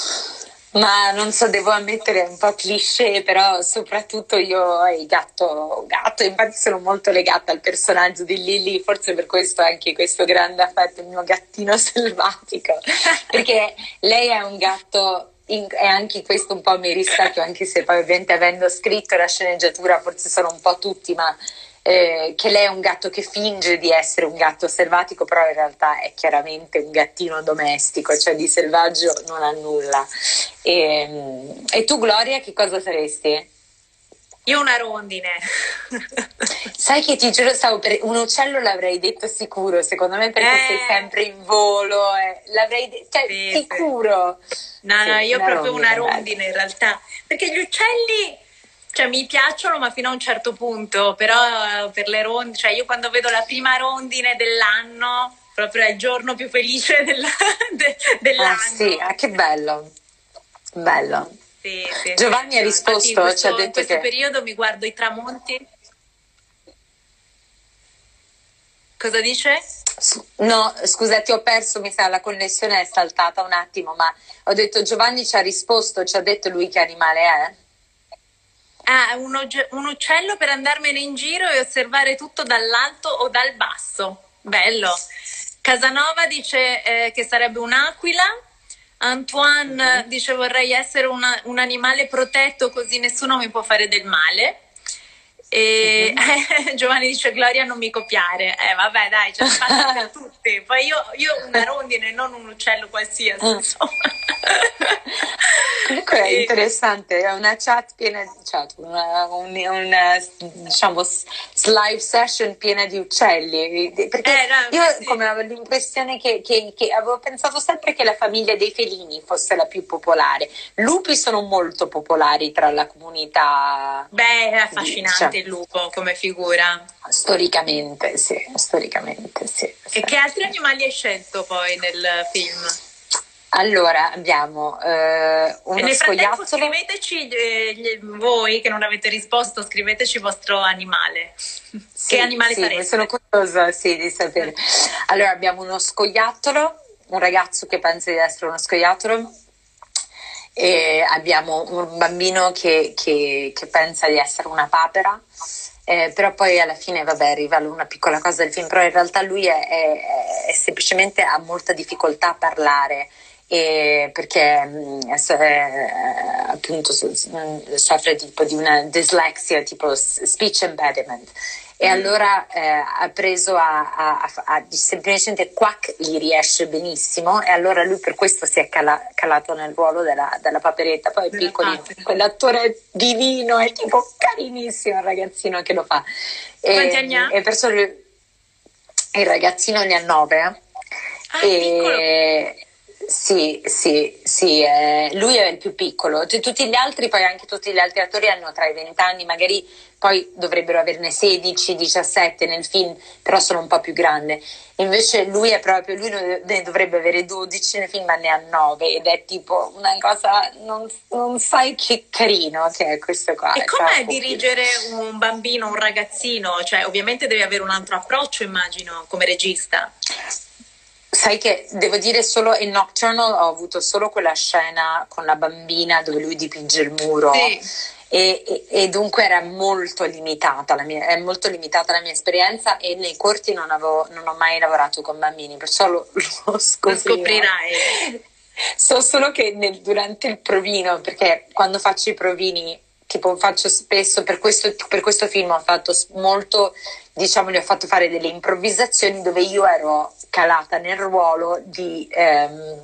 Ma non so, devo ammettere, è un po' cliché, però soprattutto io il gatto, gatto, infatti sono molto legata al personaggio di Lily, forse per questo anche questo grande affetto, il mio gattino selvatico, perché lei è un gatto, in, e anche questo un po' mi rispecchio, anche se poi ovviamente avendo scritto la sceneggiatura forse sono un po' tutti, ma Eh, che lei è un gatto che finge di essere un gatto selvatico, però in realtà è chiaramente un gattino domestico, cioè di selvaggio non ha nulla. E, e tu, Gloria, che cosa saresti? Io una rondine. Sai che ti giuro, stavo per un uccello, l'avrei detto sicuro, secondo me, perché eh. sei sempre in volo, eh. l'avrei detto, cioè, sì, sicuro. Sì. No, sì, no, io proprio rondine, una rondine in realtà, perché gli uccelli, cioè, mi piacciono, ma fino a un certo punto, però per le rondini, cioè io quando vedo la prima rondine dell'anno, proprio è il giorno più felice della, de, dell'anno. Ah sì, ah, che bello, bello. Sì, sì, Giovanni sì, ha risposto, questo, ci ha detto in questo che... periodo mi guardo i tramonti. Cosa dice? No, scusa, ti ho perso, mi sa, la connessione è saltata un attimo, ma ho detto Giovanni ci ha risposto, ci ha detto lui che animale è? Ah, un, og- un uccello per andarmene in giro e osservare tutto dall'alto o dal basso. Bello. Casanova dice eh, che sarebbe un'aquila. Antoine mm-hmm. dice vorrei essere una, un animale protetto così nessuno mi può fare del male. E mm-hmm. Giovanni dice Gloria non mi copiare. Eh vabbè dai, ce l'ho fatta per tutti. Poi io, io una rondine, non un uccello qualsiasi, insomma. Comunque è interessante, è una chat piena di chat, una, un- una, diciamo s- live session piena di uccelli, perché Eh, no, io sì. come avevo l'impressione che, che- che avevo pensato sempre che la famiglia dei felini fosse la più popolare. Lupi sono molto popolari tra la comunità, Beh, è di- affascinante diciamo, il lupo come figura. storicamente, sì, storicamente, sì, sì. E che altri animali hai scelto poi nel film? Allora abbiamo eh, E uno nel frattempo scoiattolo. scriveteci, eh, gli- voi che non avete risposto, scriveteci il vostro animale. Sì, Che animale sì, sareste? mi sono curiosa, sì, di sapere. Allora abbiamo uno scoiattolo, un ragazzo che pensa di essere uno scoiattolo, e abbiamo un bambino che, che- che pensa di essere una papera, eh, però poi alla fine, vabbè, arriva una piccola cosa del film, però in realtà lui è, è- è semplicemente ha molta difficoltà a parlare. E perché mh, s- eh, appunto s- s- mh, soffre tipo di una dislexia, tipo s- speech impediment, e Mm. allora eh, ha preso a, a- a- a- semplicemente Quack gli riesce benissimo, e allora lui per questo si è cala- calato nel ruolo della, della paperetta. Poi è Della piccolino, papera. quell'attore è divino, è tipo carinissimo il ragazzino che lo fa. Quanti E, anni ha? e perciò lui- il ragazzino ne ha nove. Ah, è piccolo. E sì, sì, sì, eh, lui è il più piccolo. T- tutti gli altri, poi anche tutti gli altri attori hanno tra i venti anni, magari poi dovrebbero averne sedici, diciassette nel film, però sono un po' più grande. Invece lui è proprio, lui ne dovrebbe avere dodici nel film, ma ne ha nove, ed è tipo una cosa, non, non sai che carino che è questo qua. E è com'è troppo dirigere un bambino, un ragazzino? Cioè, ovviamente devi avere un altro approccio, immagino, come regista. Sai che devo dire, solo in Nocturnal ho avuto solo quella scena con la bambina dove lui dipinge il muro. Sì. E, e- e dunque era molto limitata la mia, è molto limitata la mia esperienza, e nei corti non, avevo, non ho mai lavorato con bambini, perciò lo, lo Lo scoprirò. scoprirai. So solo che nel- durante il provino, perché quando faccio i provini, tipo faccio spesso, per questo, per questo film ho fatto s- molto, diciamo, gli ho fatto fare delle improvvisazioni dove io ero calata nel ruolo di, ehm,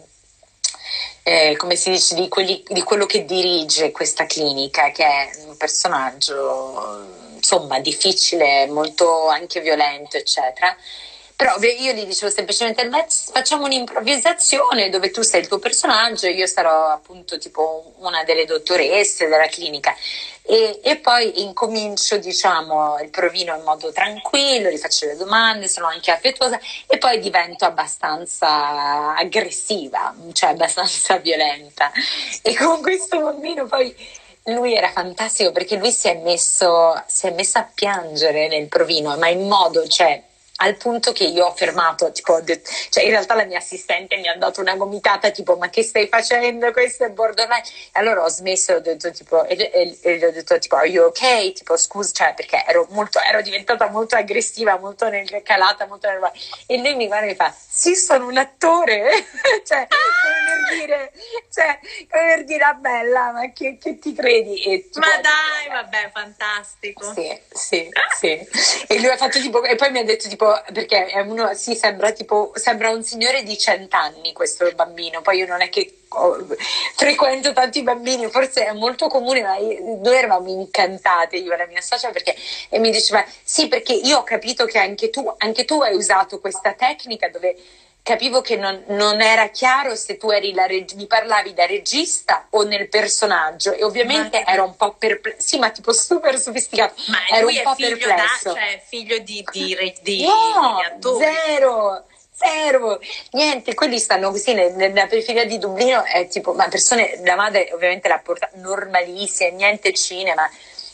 eh, come si dice, di, quelli- di quello che dirige questa clinica, che è un personaggio, insomma, difficile, molto anche violento, eccetera. Però io gli dicevo semplicemente: "Beh, facciamo un'improvvisazione dove tu sei il tuo personaggio e io sarò appunto tipo una delle dottoresse della clinica, e, e poi incomincio, diciamo, il provino in modo tranquillo, gli faccio le domande, sono anche affettuosa, e poi divento abbastanza aggressiva, cioè abbastanza violenta". E con questo bambino poi lui era fantastico, perché lui si è messo, si è messo a piangere nel provino, ma in modo, cioè, al punto che io ho fermato, tipo, ho detto- cioè in realtà la mia assistente mi ha dato una gomitata, tipo: "Ma che stai facendo? Questo è borderline". E allora ho smesso e ho detto tipo, e, e- e gli ho detto tipo: "Are you okay?" Tipo, scusa, cioè, perché ero molto, ero diventata molto aggressiva, molto nel, calata, molto nel, e lui mi guarda e mi fa: "Sì, sono un attore". Cioè, come per dire, cioè, come per dire: "Ah, bella, ma che, che ti credi?" E, tipo, Ma dai, vabbè, fantastico. sì, sì, sì. E lui ha fatto tipo, e poi mi ha detto tipo, perché è uno, sì, sembra tipo, sembra un signore di cent'anni questo bambino. Poi io non è che oh, frequento tanti bambini, forse è molto comune, ma io- noi eravamo incantate, io e la mia socia, perché, e mi diceva: "Sì, perché io ho capito che anche tu, anche tu hai usato questa tecnica dove capivo che non, non era chiaro se tu eri la reg- mi parlavi da regista o nel personaggio", e ovviamente Ma- ero un po' perplesso, sì, ma tipo super sofisticato, Ma ero lui un è po' figlio da, perplesso. cioè figlio di, di, re- di- No, di attori. zero, zero, niente. Quelli stanno così nel- nella periferia di Dublino, è tipo, ma persone, la madre ovviamente l'ha portata normalissima, niente cinema,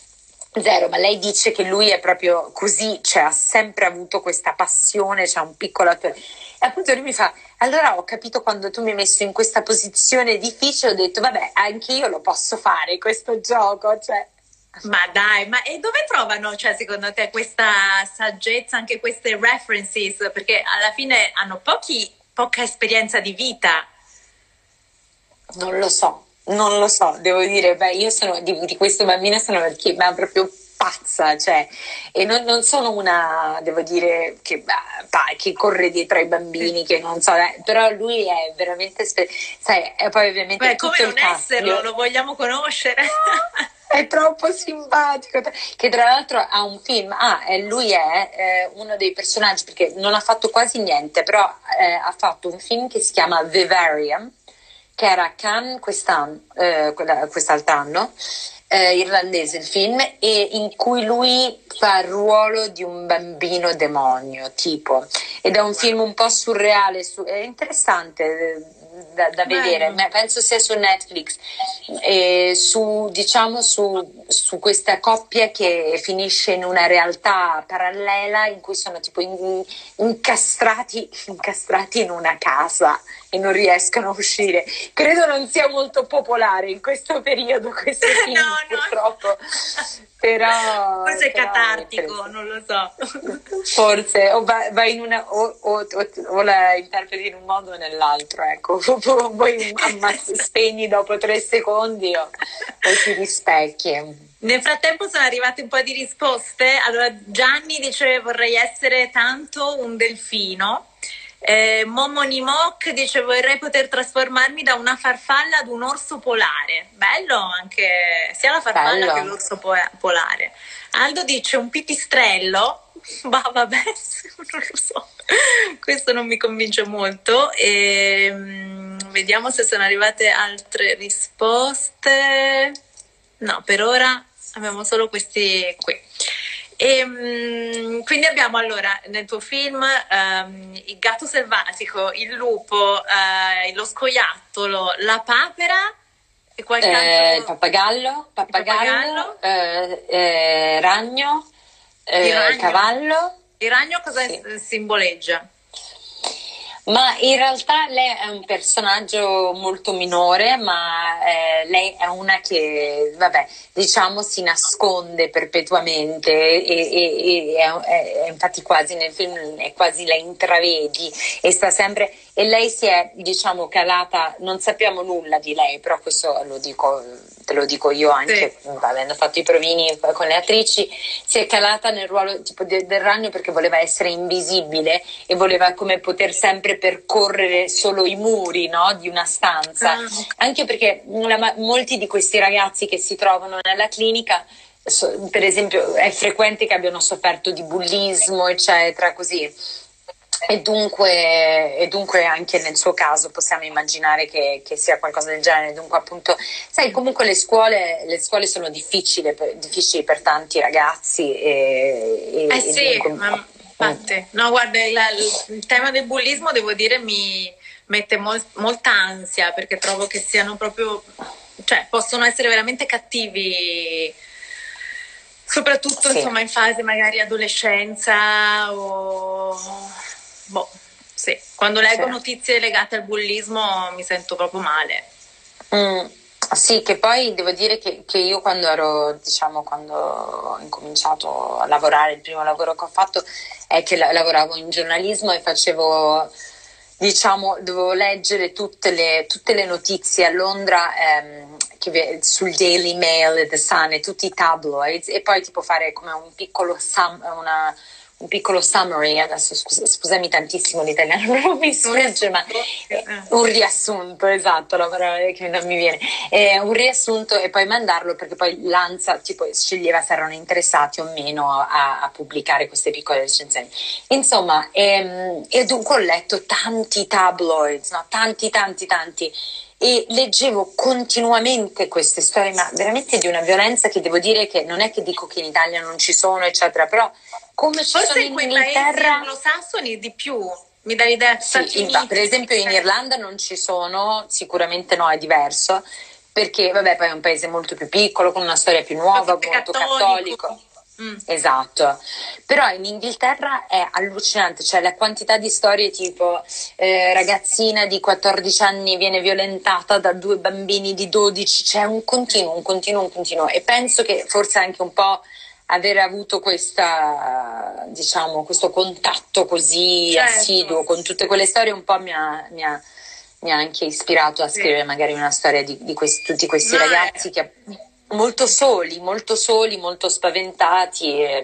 zero. Ma lei dice che lui è proprio così, cioè ha sempre avuto questa passione, c'ha un piccolo attore. E appunto lui mi fa: "Allora ho capito, quando tu mi hai messo in questa posizione difficile, ho detto vabbè, anche io lo posso fare questo gioco", cioè. Ma dai, ma e dove trovano, cioè, secondo te, questa saggezza, anche queste references? Perché alla fine hanno pochi, poca esperienza di vita. Non lo so, non lo so, devo dire, beh, io sono di, di questo bambino sono perché mi ha proprio pazza, cioè, e non, non sono una, devo dire, che, bah, che corre dietro ai bambini, che non so, eh, però lui è veramente, spe- sai, e poi ovviamente Beh, tutto come il non cast, esserlo, io- lo vogliamo conoscere. è troppo simpatico, che tra l'altro ha un film, ah, e lui è eh, uno dei personaggi, perché non ha fatto quasi niente, però eh, ha fatto un film che si chiama Vivarium, che era a Cannes quest'anno, eh, quella- quest'altro anno, eh, irlandese il film, e in cui lui fa il ruolo di un bambino demonio, tipo, ed è un film un po' surreale, su- è interessante eh, da, da vedere, ma penso sia su Netflix, e su, diciamo, su, su questa coppia che finisce in una realtà parallela in cui sono tipo in- incastrati, incastrati in una casa e non riescono a uscire. Credo non sia molto popolare in questo periodo questo film, No, no. purtroppo, però Forse è però catartico, non lo so. forse o va, va in una o, o, o, o la interpreti in un modo o nell'altro, ecco. Poi ammazzi, spegni dopo tre secondi o poi ti rispecchi. Nel frattempo sono arrivate un po' di risposte. Allora, Gianni dice vorrei essere tanto un delfino. Eh, Momo Nimok dice vorrei poter trasformarmi da una farfalla ad un orso polare. Bello anche sia la farfalla Bello. che l'orso po- polare. Aldo dice un pipistrello. Bah, vabbè, non lo so. Questo non mi convince molto. E, mm, vediamo se sono arrivate altre risposte. No, per ora abbiamo solo questi qui. E, um, quindi abbiamo allora nel tuo film um, il gatto selvatico, il lupo, uh, lo scoiattolo, la papera e qualche Eh, altro. il pappagallo, pappagallo, pappagallo. eh, eh, ragno, eh, Il ragno. cavallo. Il ragno cosa Sì. simboleggia? Ma in realtà lei è un personaggio molto minore, ma eh, lei è una che, vabbè, diciamo si nasconde perpetuamente e, e, e è, è, è infatti quasi nel film è quasi la intravedi e sta sempre, e lei si è, diciamo, calata, non sappiamo nulla di lei, però questo lo dico, te lo dico io anche, Sì. avendo fatto i provini con le attrici, si è calata nel ruolo tipo de, del ragno perché voleva essere invisibile e voleva come poter sempre percorrere solo i muri, no, di una stanza, Ah. anche perché la, molti di questi ragazzi che si trovano nella clinica, so, per esempio è frequente che abbiano sofferto di bullismo eccetera, così, e dunque, e dunque anche nel suo caso possiamo immaginare che, che sia qualcosa del genere. Dunque appunto, sai, comunque le scuole, le scuole sono difficili per, difficili per tanti ragazzi e, e, Eh e sì, dunque, ma infatti. No, guarda, il, il tema del bullismo devo dire mi mette mol- molta ansia perché trovo che siano proprio, cioè possono essere veramente cattivi, soprattutto Sì. insomma in fase magari adolescenza o boh, sì, quando leggo Sì. notizie legate al bullismo mi sento proprio male. Mm, sì, che poi devo dire che, che io quando ero, diciamo, quando ho incominciato a lavorare, il primo lavoro che ho fatto è che la- lavoravo in giornalismo e facevo, diciamo, dovevo leggere tutte le, tutte le notizie a Londra ehm, che ve- sul Daily Mail e The Sun e tutti i tabloids e poi tipo fare come un piccolo sum, una, un piccolo summary, adesso scus- scusami tantissimo l'italiano, non mi sfugge, ma Eh. un riassunto, esatto, la parola che non mi viene, eh, un riassunto e poi mandarlo perché poi l'ANSA tipo sceglieva se erano interessati o meno a, a pubblicare queste piccole recensioni. Insomma, ehm, e dunque ho letto tanti tabloids, no? tanti, tanti, tanti. E leggevo continuamente queste storie, ma veramente di una violenza che devo dire che non è che dico che in Italia non ci sono, eccetera, però come ci Forse sono in in quei paesi Inghilterra. anglosassoni di più, mi dà l'idea. Stati Sì, in- Uniti, per esempio in eh. Irlanda non ci sono, sicuramente no, è diverso, perché vabbè poi è un paese molto più piccolo, con una storia più nuova, Proprio molto cattolico. cattolico. Mm. Esatto, però in Inghilterra è allucinante, cioè la quantità di storie tipo eh, ragazzina di quattordici anni viene violentata da due bambini di dodici, c'è un continuo, un continuo, un continuo e penso che forse anche un po' aver avuto questa, diciamo, questo contatto così Certo. assiduo con tutte quelle storie un po' mi ha, mi ha, mi ha anche ispirato a Sì. scrivere magari una storia di, di questi, tutti questi No, ragazzi è- che molto soli, molto soli, molto spaventati. E,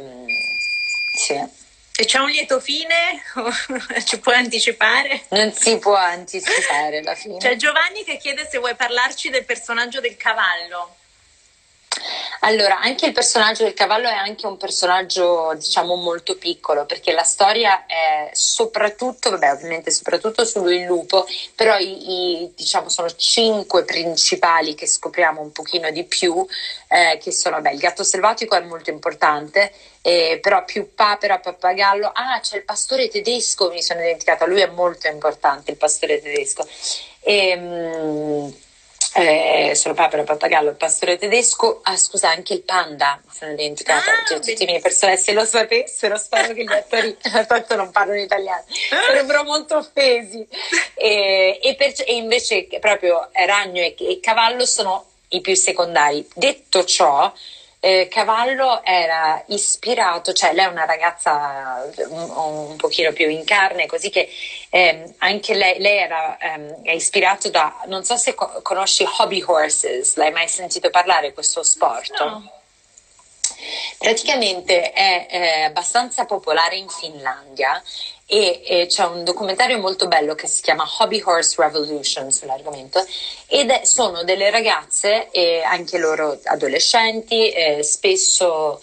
sì. E c'è un lieto fine? Ci puoi anticipare? Non si può anticipare la fine. C'è Giovanni che chiede se vuoi parlarci del personaggio del cavallo. Allora, anche il personaggio del cavallo è anche un personaggio, diciamo, molto piccolo, perché la storia è soprattutto, vabbè, ovviamente soprattutto su lui il lupo, però i, i diciamo sono cinque principali che scopriamo un pochino di più, eh, che sono, vabbè, il gatto selvatico è molto importante, eh, però più papera, pappagallo, ah, c'è il pastore tedesco, mi sono dimenticata, lui è molto importante, il pastore tedesco. E, mh, Eh, sono papera, pappagallo, il pastore tedesco, ah scusa anche il panda, mi sono dimenticata, ah, cioè, tutti i miei personaggi, se lo sapessero, spero che gli attori tanto non parlano italiano, sarebbero molto offesi, e, e, per, e invece proprio ragno e, e cavallo sono i più secondari. Detto ciò, Eh, Cavallo era ispirato, cioè lei è una ragazza un, un pochino più in carne, così che ehm, anche lei, lei era ehm, è ispirato da, non so se co- conosci Hobby Horses, l'hai mai sentito parlare di questo sport? No. Praticamente è eh, abbastanza popolare in Finlandia e, e c'è un documentario molto bello che si chiama Hobby Horse Revolution sull'argomento, ed è, sono delle ragazze, eh, anche loro adolescenti, eh, spesso,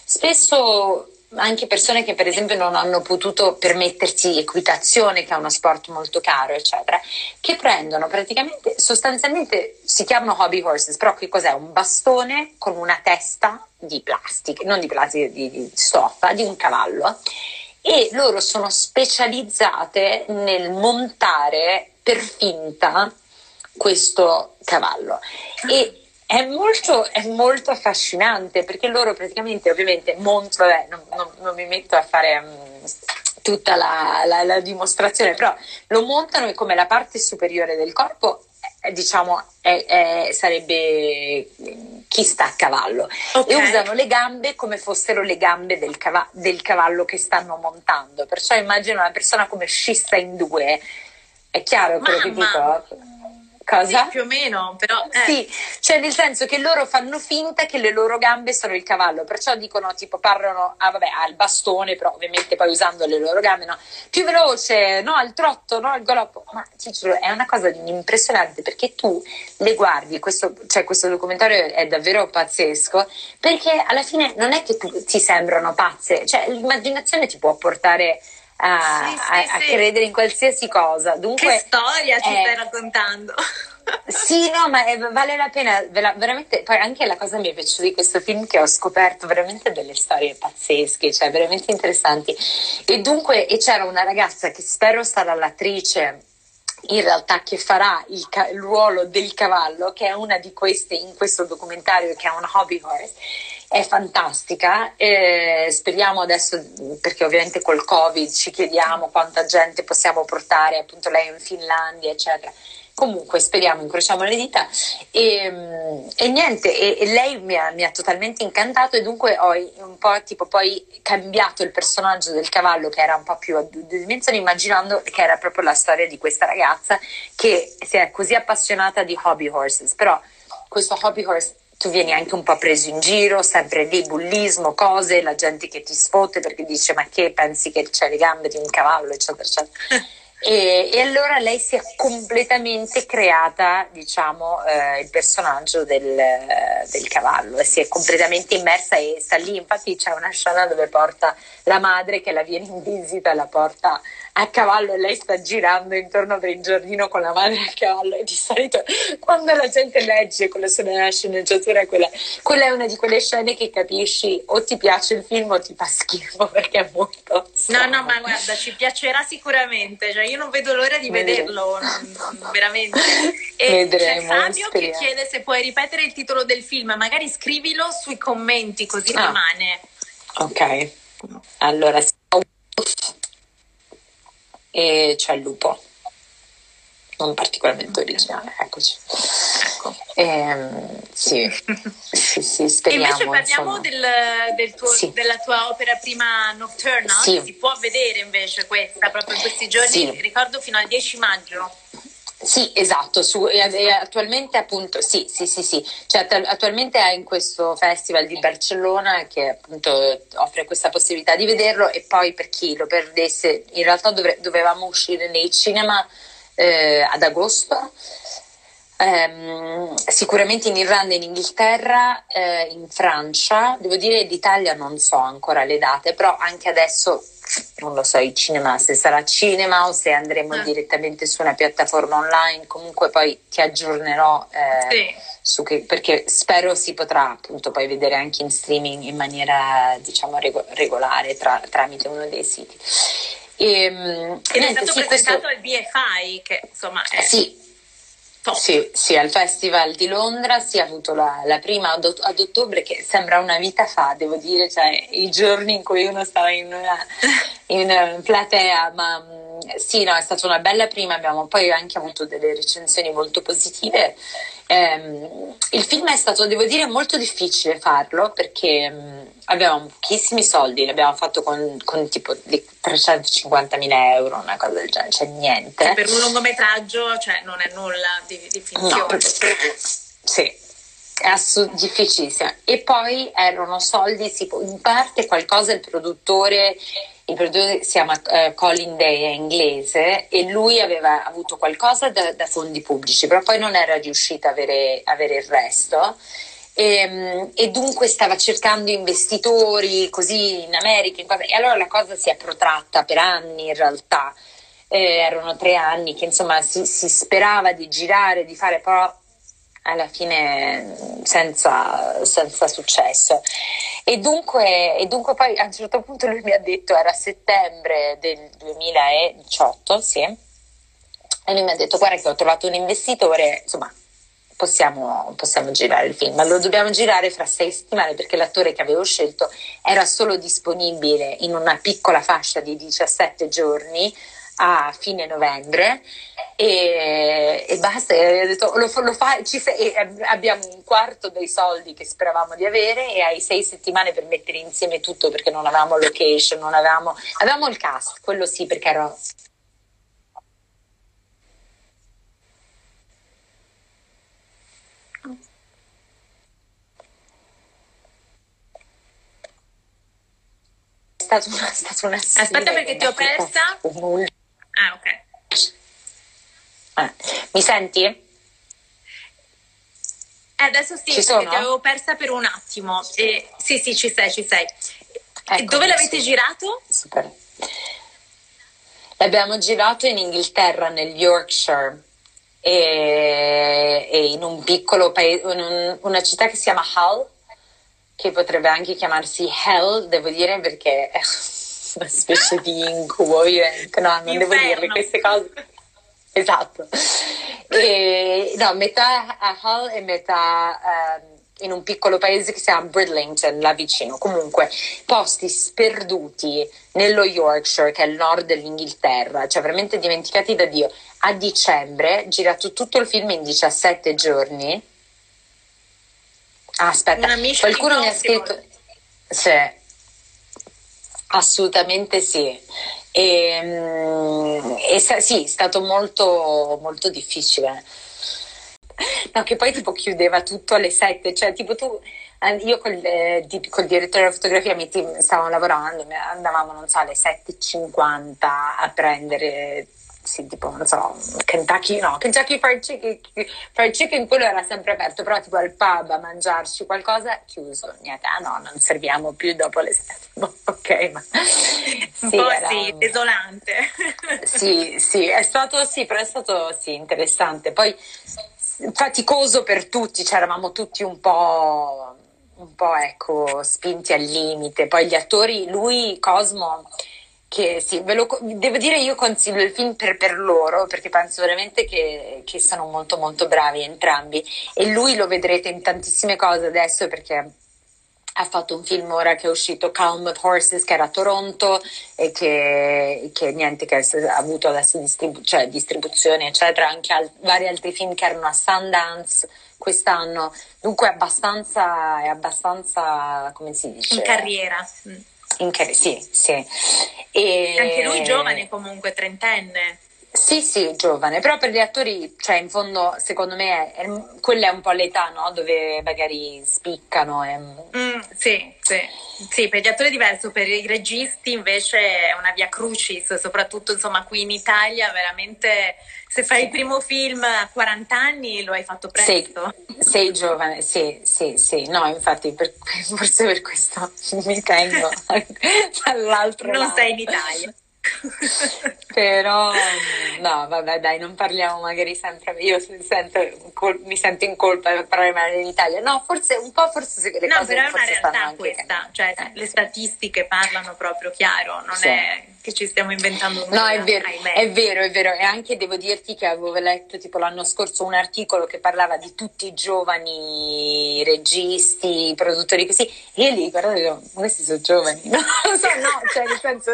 spesso anche persone che per esempio non hanno potuto permettersi equitazione, che è uno sport molto caro, eccetera, che prendono praticamente, sostanzialmente si chiamano hobby horses, però che cos'è? Un bastone con una testa di plastica, non di plastica, di, di stoffa, di un cavallo, e loro sono specializzate nel montare per finta questo cavallo. E È molto, è molto affascinante, perché loro praticamente, ovviamente, montano, vabbè, non, non, non mi metto a fare um, tutta la, la, la dimostrazione, però lo montano e come la parte superiore del corpo, eh, diciamo, è, è, sarebbe chi sta a cavallo. Okay. E usano le gambe come fossero le gambe del, cava- del cavallo che stanno montando. Perciò immagino una persona come scissa in due. È chiaro quello che dico? Cosa? Sì, più o meno, però eh. Sì, cioè nel senso che loro fanno finta che le loro gambe sono il cavallo, perciò dicono, tipo, parlano, ah vabbè, al bastone, però ovviamente poi usando le loro gambe, no, più veloce, no, al trotto, no, al galoppo. Ma ti giuro, è una cosa impressionante, perché tu le guardi, questo, cioè questo documentario è davvero pazzesco, perché alla fine non è che tu, ti sembrano pazze, cioè l'immaginazione ti può portare A, sì, sì, a, a sì. credere in qualsiasi cosa. Dunque, che storia ci eh, stai raccontando? Sì, no, ma è, vale la pena, veramente. Poi anche la cosa che mi è piaciuta di questo film, che ho scoperto veramente delle storie pazzesche, cioè veramente interessanti. E dunque, e c'era una ragazza che spero sarà l'attrice in realtà che farà il, ca- il ruolo del cavallo, che è una di queste in questo documentario, che è un hobby horse. È fantastica, eh, speriamo adesso, perché ovviamente col Covid ci chiediamo quanta gente possiamo portare, appunto lei in Finlandia, eccetera. Comunque speriamo, incrociamo le dita. E, e niente, e, e lei mi ha, mi ha totalmente incantato, e dunque ho un po' tipo poi cambiato il personaggio del cavallo, che era un po' più a due dimensioni, immaginando che era proprio la storia di questa ragazza che si è così appassionata di hobby horses. Però questo hobby horse, tu vieni anche un po' preso in giro, sempre lì, bullismo, cose, la gente che ti sfotte perché dice ma che pensi che c'hai le gambe di un cavallo, eccetera, eccetera. E, e allora lei si è completamente creata, diciamo, eh, il personaggio del, del cavallo, e si è completamente immersa e sta lì. Infatti c'è una scena dove porta la madre che la viene in visita, la porta a cavallo, e lei sta girando intorno per il giardino con la madre a cavallo, e di solito quando la gente legge con la sua sceneggiatura, quella, quella è una di quelle scene che capisci o ti piace il film o ti fa schifo, perché è molto strano. No, no, ma guarda, ci piacerà sicuramente, cioè io non vedo l'ora di vederlo, veramente. E Vedremo, c'è Fabio speriamo. che chiede se puoi ripetere il titolo del film, magari scrivilo sui commenti, così ah. rimane. Ok, allora e c'è il lupo, non particolarmente originale, eccoci. Ecco. Ehm, sì, sì, sì, speriamo. E invece parliamo insomma. del, del tuo, Sì. della tua opera prima Nocturnal, Sì. si può vedere invece questa proprio in questi giorni, Sì. ricordo fino al dieci maggio. Sì, esatto, su, e, e attualmente appunto sì, sì, sì, sì, cioè att- attualmente è in questo festival di Barcellona che appunto offre questa possibilità di vederlo, e poi per chi lo perdesse, in realtà dovre- dovevamo uscire nei cinema eh, ad agosto. Ehm, sicuramente in Irlanda, in Inghilterra, eh, in Francia, devo dire l'Italia non so ancora le date, però anche adesso non lo so il cinema, se sarà cinema o se andremo Ah. direttamente su una piattaforma online, comunque poi ti aggiornerò eh, Sì. su che, perché spero si potrà appunto poi vedere anche in streaming in maniera diciamo rego- regolare tra- tramite uno dei siti. E, Ed è niente, stato sì, presentato questo, al B F I, che insomma è sì. top. Sì, sì, al Festival di Londra si è avuto la, la prima ad, ad ottobre, che sembra una vita fa, devo dire, cioè i giorni in cui uno stava in una, in una platea, ma mh, sì, no, è stata una bella prima, abbiamo poi anche avuto delle recensioni molto positive. Ehm, il film è stato, devo dire, molto difficile farlo perché mh, avevamo pochissimi soldi, l'abbiamo fatto con, con tipo di trecentocinquantamila euro, una cosa del genere, cioè niente. Che per un lungometraggio, cioè, non è nulla di, di finzione. No, sì, è assu- difficilissimo. E poi erano soldi, si può- in parte qualcosa il produttore, il produttore si chiama eh, Colin Day, è inglese, e lui aveva avuto qualcosa da, da fondi pubblici, però poi non era riuscito a avere, avere il resto. E, e dunque stava cercando investitori così in America, in cosa- e allora la cosa si è protratta per anni in realtà. Eh, erano tre anni che insomma si, si sperava di girare, di fare, però alla fine senza, senza successo. E dunque, e dunque poi a un certo punto lui mi ha detto, era settembre del duemiladiciotto, sì, e lui mi ha detto guarda che ho trovato un investitore, insomma possiamo, possiamo girare il film, ma lo dobbiamo girare fra sei settimane perché l'attore che avevo scelto era solo disponibile in una piccola fascia di diciassette giorni a fine novembre, e, e basta. E ho detto lo, lo fa, ci sei, e abbiamo un quarto dei soldi che speravamo di avere e hai sei settimane per mettere insieme tutto, perché non avevamo location, non avevamo, avevamo il cast, quello sì, perché ero è stata una, è stata una Aspetta perché ti ho persa. Ah, ok. Eh, mi senti? Eh, adesso sì, Ci perché sono? ti avevo persa per un attimo. E, sì, sì, ci sei, ci sei. Ecco, Dove l'avete sì. girato? Super. L'abbiamo girato in Inghilterra, nel Yorkshire, e, e in un piccolo paese, in un, una città che si chiama Hull, che potrebbe anche chiamarsi Hell, devo dire, perché è una specie di incubo. Io, no, non Inferno. devo dirle queste cose. Esatto. E, no, metà a Hull e metà ehm, in un piccolo paese che si chiama Bridlington, là vicino. Comunque, posti sperduti nello Yorkshire, che è il nord dell'Inghilterra, cioè veramente dimenticati da Dio. A dicembre, girato tutto il film in diciassette giorni. Ah, aspetta, Una mission qualcuno mi ha impossible. scritto. Sì, assolutamente sì. E, mm, e sa- sì, è stato molto, molto difficile. No, che poi tipo chiudeva tutto alle sette, cioè tipo tu, eh, io col, eh, di- col direttore della fotografia mi team stavamo lavorando, andavamo, non so, alle sette e cinquanta a prendere, sì, tipo, non so, Kentucky, no, Kentucky Fried Chicken, Fried Chicken, quello era sempre aperto, però tipo al pub a mangiarci qualcosa, chiuso, niente, ah no, non serviamo più dopo le sette, ok, ma Un sì, po' era- sì, desolante. sì, sì, è stato, sì, però è stato, sì, interessante. Poi faticoso per tutti, cioè eravamo tutti un po', un po' ecco, spinti al limite. Poi gli attori, lui, Cosmo, che sì, ve lo, devo dire io consiglio il film per, per loro, perché penso veramente che, che sono molto molto bravi entrambi, e lui lo vedrete in tantissime cose adesso perché ha fatto un film ora che è uscito, Calm with Horses, che era a Toronto e che, che niente, che ha avuto adesso distribu- cioè, distribuzione eccetera, anche al- vari altri film che erano a Sundance quest'anno, dunque è abbastanza, è abbastanza, come si dice? In carriera. In carri- sì, sì. E... Anche lui giovane comunque, trentenne. Sì, sì, giovane, però per gli attori, cioè in fondo secondo me è, è, quella è un po' l'età, no? Dove magari spiccano. E... Mm, sì, sì, sì, per gli attori è diverso, per i registi invece è una via crucis, soprattutto insomma qui in Italia veramente se fai il primo film a quaranta anni lo hai fatto presto. Sei, sei giovane, sì, sì, sì, no, infatti per, forse per questo mi tengo dall'altro non lato. Non sei in Italia. Però no, vabbè, dai, non parliamo magari sempre. Io sento, mi sento in colpa per parlare male dell'Italia. No, forse un po', forse le no, cose però è una forse realtà questa, cioè eh, le sì. statistiche parlano proprio chiaro, non sì. è che ci stiamo inventando nulla. No, è vero, ahimè. è vero, è vero. E anche devo dirti che avevo letto tipo l'anno scorso un articolo che parlava di tutti i giovani registi, produttori così, e io li guardavo e dico, questi sono giovani. No, non so, no, cioè nel senso...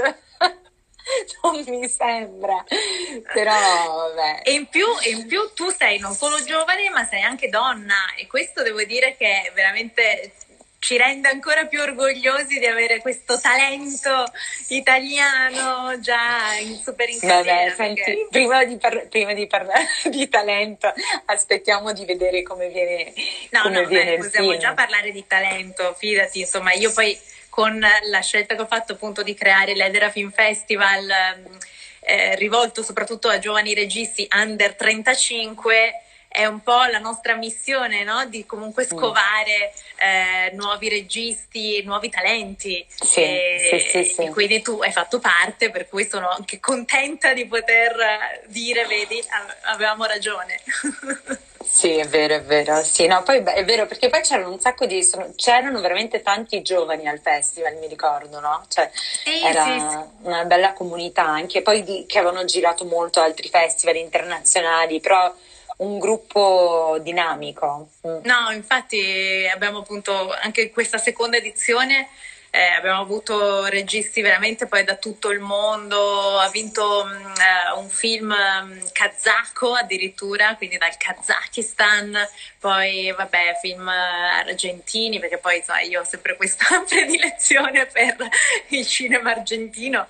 non mi sembra, però vabbè. E in più, e in più tu sei non solo giovane ma sei anche donna e questo devo dire che veramente ci rende ancora più orgogliosi di avere questo talento italiano già in super in carriera. Vabbè, senti, perché... prima, di par- prima di parlare di talento aspettiamo di vedere come viene, no, come no, viene beh, il possiamo film. Già parlare di talento, fidati, insomma io poi con la scelta che ho fatto appunto di creare l'Edera Film Festival eh, rivolto soprattutto a giovani registi under trentacinque, è un po' la nostra missione, no? Di comunque scovare eh, nuovi registi, nuovi talenti. Sì, e, sì, sì, sì. E quindi tu hai fatto parte, per cui sono anche contenta di poter dire, vedi, avevamo ragione. Sì, è vero, è vero. Sì, no, poi è vero perché poi c'erano un sacco di sono, c'erano veramente tanti giovani al festival, mi ricordo, no? Cioè sì, era sì, sì. una bella comunità anche poi di, che avevano girato molto altri festival internazionali, però un gruppo dinamico. Mm. No, infatti abbiamo appunto anche questa seconda edizione eh, abbiamo avuto registi veramente poi da tutto il mondo, ha vinto mh, un film mh, kazako addirittura, quindi dal Kazakistan, poi vabbè film argentini, perché poi insomma, io ho sempre questa predilezione per il cinema argentino,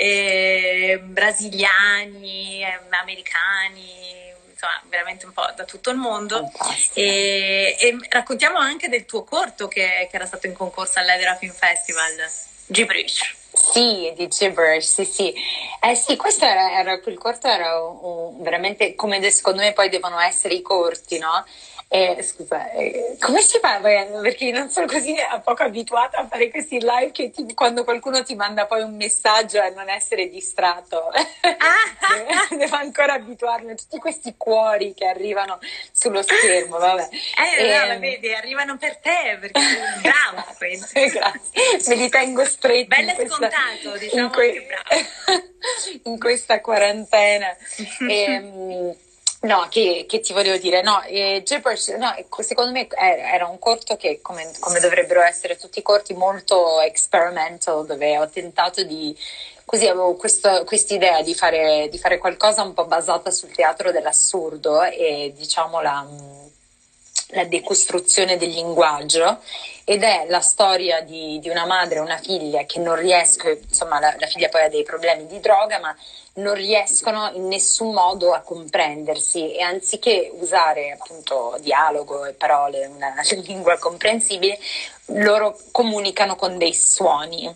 e brasiliani, americani, insomma veramente un po' da tutto il mondo. E, e raccontiamo anche del tuo corto che, che era stato in concorso all'Edera Film Festival, Gibberish. Sì, di Gibberish, sì, sì. Eh sì, questo era, era quel corto era un, un, veramente come secondo me poi devono essere i corti, no? Eh, scusa, eh, come si fa? Perché non sono così poco abituata a fare questi live che ti, quando qualcuno ti manda poi un messaggio e non essere distratto. Ah. Devo ancora abituarmi a tutti questi cuori che arrivano sullo schermo, vabbè. Eh, e, no, vedi, arrivano per te, perché brava. Grazie, me li tengo stretti. Bello e scontato, diciamo in que- che bravo. In questa quarantena. e, No, che, che ti volevo dire, no, eh, Gibberish, no, secondo me era un corto che, come, come dovrebbero essere tutti i corti, molto experimental, dove ho tentato di, così avevo questa idea di fare, di fare qualcosa un po' basata sul teatro dell'assurdo e diciamo la, la decostruzione del linguaggio, ed è la storia di, di una madre e una figlia che non riescono, insomma la, la figlia poi ha dei problemi di droga, ma non riescono in nessun modo a comprendersi e anziché usare appunto dialogo e parole, una lingua comprensibile, loro comunicano con dei suoni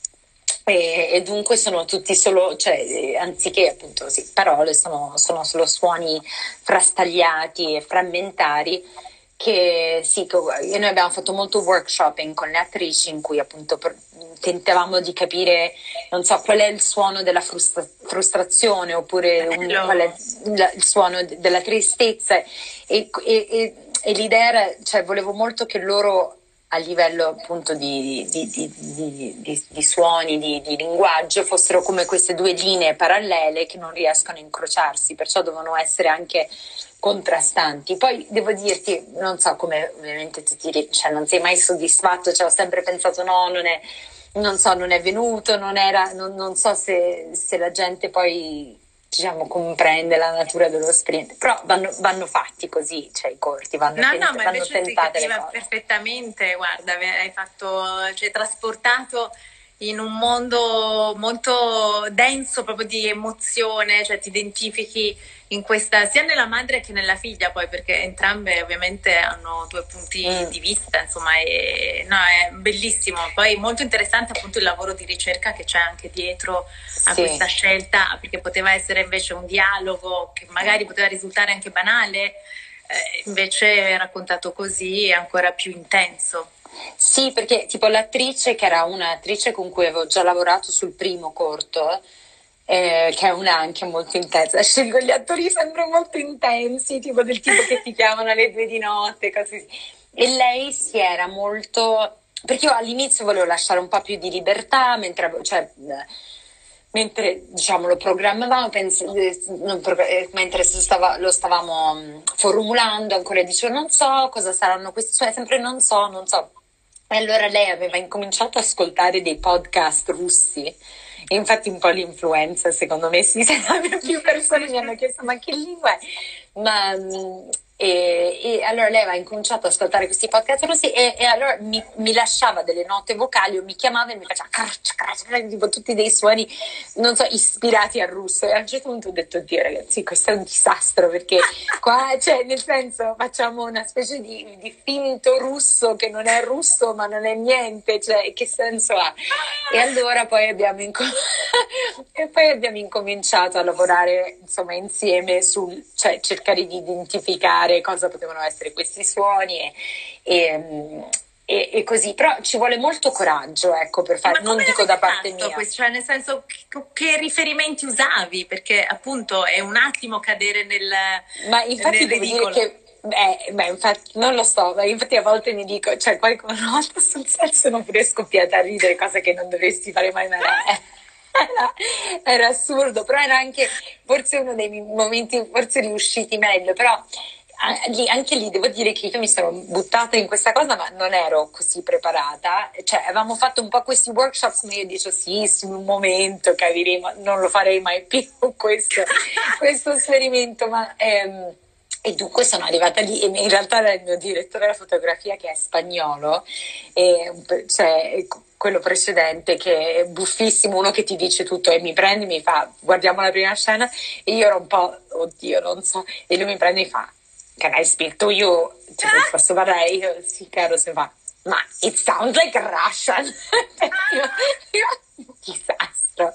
e, e dunque sono tutti solo, cioè anziché appunto sì, parole, sono, sono solo suoni frastagliati e frammentari. Che sì, che noi abbiamo fatto molto workshopping con le attrici in cui appunto per, tentavamo di capire, non so, qual è il suono della frustra- frustrazione oppure un, qual è il, il suono de- della tristezza e, e, e, e l'idea era, cioè volevo molto che loro a livello appunto di, di, di, di, di, di suoni, di, di linguaggio fossero come queste due linee parallele che non riescono a incrociarsi, perciò devono essere anche contrastanti. Poi devo dirti, non so come ovviamente tu ti, cioè non sei mai soddisfatto, cioè ho sempre pensato no, non è, non so, non è venuto, non era, non, non so se, se la gente poi diciamo comprende la natura dello sprint, però vanno, vanno fatti così, cioè i corti vanno, no, tent- no, ma vanno invece tentate ti le capiva cose perfettamente, guarda, hai fatto, cioè trasportato in un mondo molto denso proprio di emozione, cioè ti identifichi in questa, sia nella madre che nella figlia poi, perché entrambe ovviamente hanno due punti mm. di vista, insomma, e, no, è bellissimo. Poi molto interessante appunto il lavoro di ricerca che c'è anche dietro a sì. questa scelta, perché poteva essere invece un dialogo che magari poteva risultare anche banale, eh, invece raccontato così è ancora più intenso. Sì, perché tipo l'attrice, che era un'attrice con cui avevo già lavorato sul primo corto, eh, che è una anche molto intensa, scelgo gli attori sempre molto intensi, tipo del tipo che ti chiamano alle due di notte, così. E lei si era molto, perché io all'inizio volevo lasciare un po' più di libertà, mentre, cioè, mentre diciamo lo programmavamo, penso, mentre stava, lo stavamo formulando, ancora dicevo non so cosa saranno questi, cioè sempre non so, non so. E allora lei aveva incominciato ad ascoltare dei podcast russi, e infatti un po' l'influenza, secondo me, sì, più persone mi hanno chiesto ma che lingua è? Ma, e, e allora lei aveva incominciato ad ascoltare questi podcast russi e, e allora mi, mi lasciava delle note vocali o mi chiamava e mi faceva craccia, craccia, tipo tutti dei suoni, non so, ispirati al russo. E a un certo punto ho detto, Dio ragazzi, questo è un disastro, perché qua, cioè, nel senso, facciamo una specie di, di finto russo che non è russo ma non è niente, cioè che senso ha? E allora poi abbiamo, inco- e poi abbiamo incominciato a lavorare insomma insieme sul, cioè cercare di identificare cosa potevano essere questi suoni e, e, e, e così, però ci vuole molto coraggio, ecco, per fare, non dico da parte mia, questo, cioè nel senso che, che riferimenti usavi, perché appunto è un attimo cadere nel ma infatti nel devo ridicolo. dire che Beh, beh, infatti non lo so, ma infatti a volte mi dico, cioè poi come una volta sul set sono pure scoppiata a ridere, cosa che non dovresti fare mai, ma era, era, era assurdo, però era anche forse uno dei momenti forse riusciti meglio, però anche lì devo dire che io mi sono buttata in questa cosa ma non ero così preparata, cioè avevamo fatto un po' questi workshops ma io dicevo sì, sul momento capiremo, non lo farei mai più questo, questo esperimento, ma ehm, e dunque sono arrivata lì e in realtà era il mio direttore della fotografia che è spagnolo, e, cioè quello precedente che è buffissimo, uno che ti dice tutto e mi prende e mi fa guardiamo la prima scena e io ero un po' oddio non so e lui mi prende e mi fa can I speak to you? Tipo, posso parlare? Io sì caro se va ma it sounds like Russian. io, io, disastro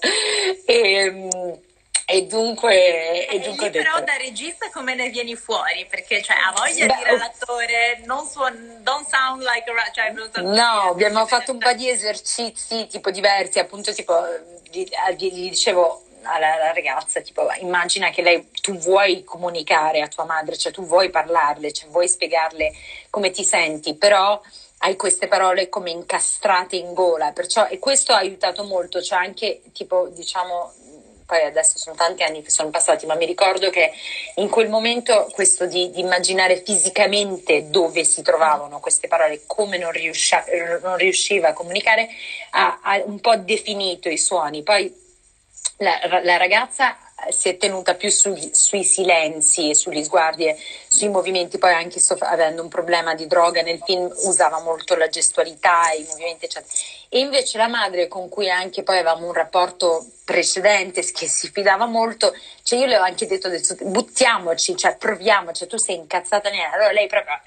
e E dunque, e dunque lì però da regista come ne vieni fuori? Perché cioè ha voglia di dire all'attore non suon, don't sound like a, cioè, non so, no, abbiamo fatto un po' di esercizi tipo diversi, appunto tipo gli, gli dicevo alla, alla ragazza tipo immagina che lei tu vuoi comunicare a tua madre, cioè tu vuoi parlarle, cioè vuoi spiegarle come ti senti, però hai queste parole come incastrate in gola, perciò e questo ha aiutato molto, cioè anche tipo diciamo poi adesso sono tanti anni che sono passati, ma mi ricordo che in quel momento questo di, di immaginare fisicamente dove si trovavano queste parole, come non, riuscia, non riusciva a comunicare, ha, ha un po' definito i suoni. Poi la, la ragazza si è tenuta più sui, sui silenzi e sugli sguardi e sui movimenti, poi anche soff- avendo un problema di droga nel film usava molto la gestualità e i movimenti eccetera. E invece la madre con cui anche poi avevamo un rapporto precedente che si fidava molto, cioè io le ho anche detto buttiamoci, cioè proviamoci, cioè, tu sei incazzata nera, allora lei proprio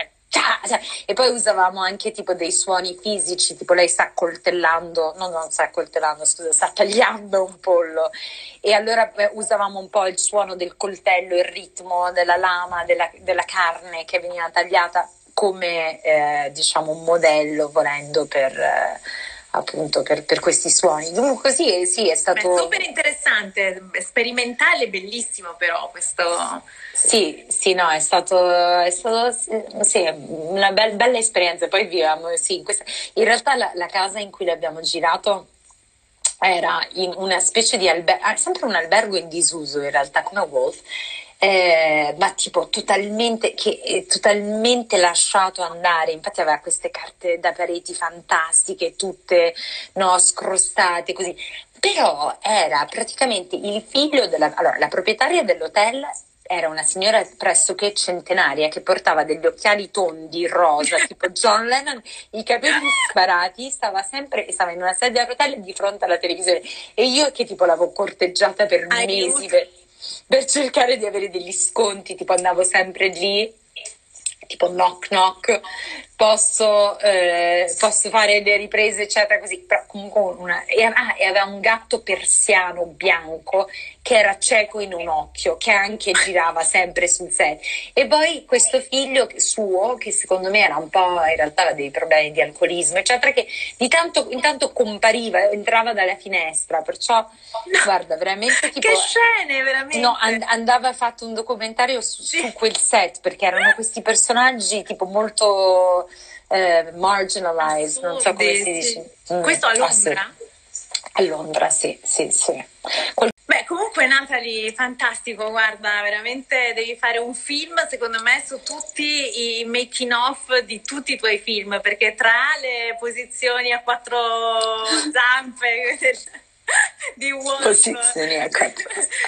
e poi usavamo anche tipo dei suoni fisici, tipo lei sta coltellando, no non sta coltellando, scusa, sta tagliando un pollo e allora eh, usavamo un po' il suono del coltello, il ritmo della lama, della, della carne che veniva tagliata come eh, diciamo un modello volendo per eh, appunto per, per questi suoni. Dunque così sì, è stato Beh, super interessante, sperimentale, bellissimo però questo. Sì, sì, no, è stato, è stato sì, una be- bella esperienza. Poi viviamo, sì, in, questa, in realtà la, la casa in cui l'abbiamo girato era in una specie di albergo, sempre un albergo in disuso in realtà come Wolf, eh, ma tipo totalmente, che è totalmente lasciato andare, infatti aveva queste carte da pareti fantastiche, tutte no, scrostate così, però era praticamente il figlio della, allora la proprietaria dell'hotel era una signora pressoché centenaria che portava degli occhiali tondi rosa, tipo John Lennon, i capelli sparati, stava sempre, stava in una sedia a rotelle di fronte alla televisione, e io che tipo l'avevo corteggiata per mesi per, per cercare di avere degli sconti, tipo andavo sempre lì, tipo knock knock, posso, eh, posso fare le riprese eccetera così, però comunque una, e, ah, e aveva un gatto persiano bianco che era cieco in un occhio, che anche girava sempre sul set, e poi questo figlio suo che secondo me era un po', in realtà aveva dei problemi di alcolismo eccetera, che di tanto in tanto compariva, entrava dalla finestra, perciò no, guarda veramente tipo, che scene veramente, no, and- andava fatto un documentario su, sì. su quel set, perché erano questi personaggi tipo molto eh, marginalized, assurdi, non so come si dice. Sì. Mm. Questo a Londra? Ah, sì. A Londra, sì, sì, sì. Quel- Beh, comunque Natalie, fantastico, guarda, veramente devi fare un film, secondo me, su tutti i making of di tutti i tuoi film, perché tra le posizioni a quattro zampe di Wolf, posizioni a quattro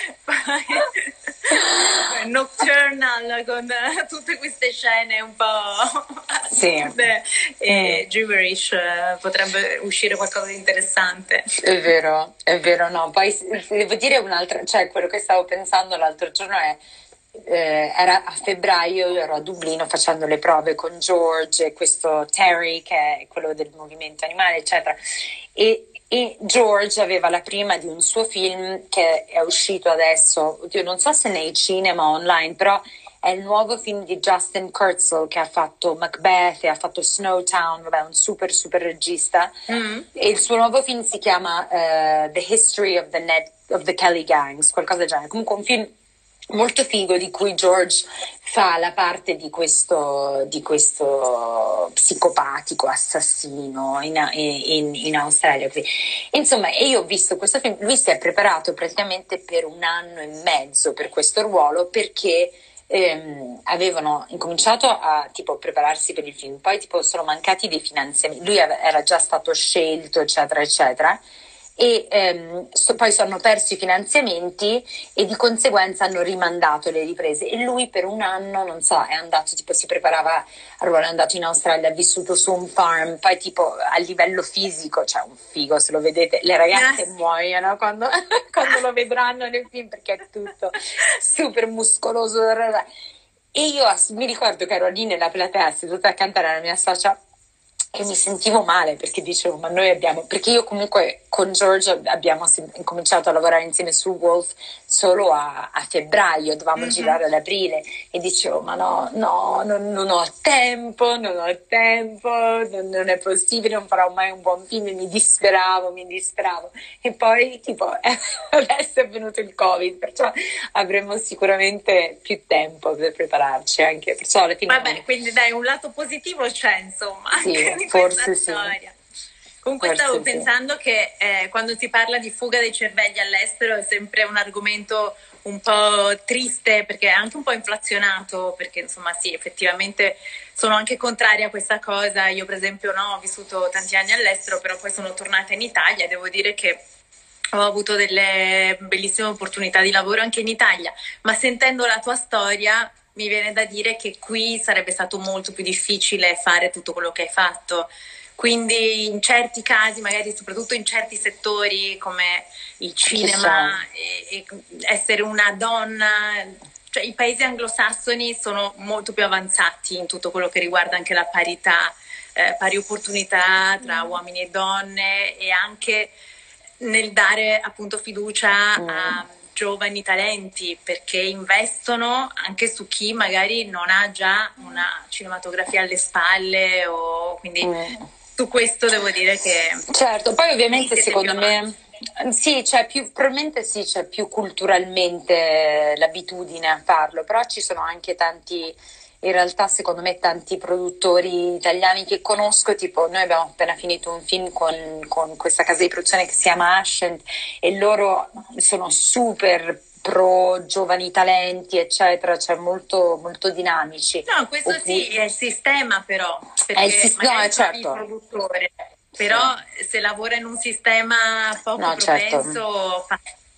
Nocturnal, con tutte queste scene un po' assurde, sì. E gibberish, potrebbe uscire qualcosa di interessante. È vero, è vero, no, poi devo dire un'altra, cioè quello che stavo pensando l'altro giorno è Eh, era a febbraio, io ero a Dublino facendo le prove con George e questo Terry che è quello del movimento animale eccetera, e, e George aveva la prima di un suo film che è uscito adesso, oddio, non so se nei cinema o online, però è il nuovo film di Justin Kurzel che ha fatto Macbeth e ha fatto Snowtown, vabbè, un super super regista, mm. e il suo nuovo film si chiama uh, The History of the, Ned, of the Kelly Gangs, qualcosa del genere, comunque un film molto figo di cui George fa la parte di questo, di questo psicopatico assassino in, in, in Australia, così. Insomma, e io ho visto questo film, lui si è preparato praticamente per un anno e mezzo per questo ruolo, perché ehm, avevano incominciato a tipo prepararsi per il film, poi tipo sono mancati dei finanziamenti, lui era già stato scelto eccetera eccetera, e ehm, so, poi sono persi i finanziamenti e di conseguenza hanno rimandato le riprese, e lui per un anno non so è andato tipo si preparava, allora è andato in Australia, ha vissuto su un farm, poi tipo a livello fisico cioè un figo, se lo vedete le ragazze muoiono quando, quando lo vedranno nel film, perché è tutto super muscoloso, e io mi ricordo che ero lì nella platea seduta a cantare alla mia socia e mi sentivo male, perché dicevo ma noi abbiamo, perché io comunque con George abbiamo incominciato a lavorare insieme su Wolf solo a, a febbraio, dovevamo mm-hmm. girare ad aprile, e dicevo ma no, no, non, non ho tempo, non ho tempo, non, non è possibile, non farò mai un buon film, e mi disperavo, mi disperavo, e poi tipo eh, adesso è venuto il Covid, perciò avremo sicuramente più tempo per prepararci, anche perciò alla fine vabbè, quindi dai, un lato positivo c'è, insomma, sì, anche di forse questa storia. Sì. Comunque forse stavo sì. pensando che eh, quando si parla di fuga dei cervelli all'estero è sempre un argomento un po' triste, perché è anche un po' inflazionato, perché insomma sì, effettivamente sono anche contraria a questa cosa. Io per esempio no, ho vissuto tanti anni all'estero, però poi sono tornata in Italia e devo dire che ho avuto delle bellissime opportunità di lavoro anche in Italia, ma sentendo la tua storia mi viene da dire che qui sarebbe stato molto più difficile fare tutto quello che hai fatto. Quindi in certi casi, magari soprattutto in certi settori come il cinema, e, e essere una donna, cioè i paesi anglosassoni sono molto più avanzati in tutto quello che riguarda anche la parità, eh, pari opportunità tra uomini e donne, e anche nel dare appunto fiducia mm. a giovani talenti, perché investono anche su chi magari non ha già una cinematografia alle spalle, o quindi mm. su questo devo dire che certo, poi ovviamente secondo me sì, c'è più, probabilmente sì, c'è più culturalmente l'abitudine a farlo, però ci sono anche tanti, in realtà secondo me tanti produttori italiani che conosco, tipo noi abbiamo appena finito un film con, con questa casa di produzione che si chiama Ascent, e loro sono super pro giovani talenti eccetera, cioè molto molto dinamici. No, questo Oppure... sì, è il sistema però, perché è il sistema, magari no, certo. il produttore, però sì. Se lavora in un sistema poco no, propenso certo. fa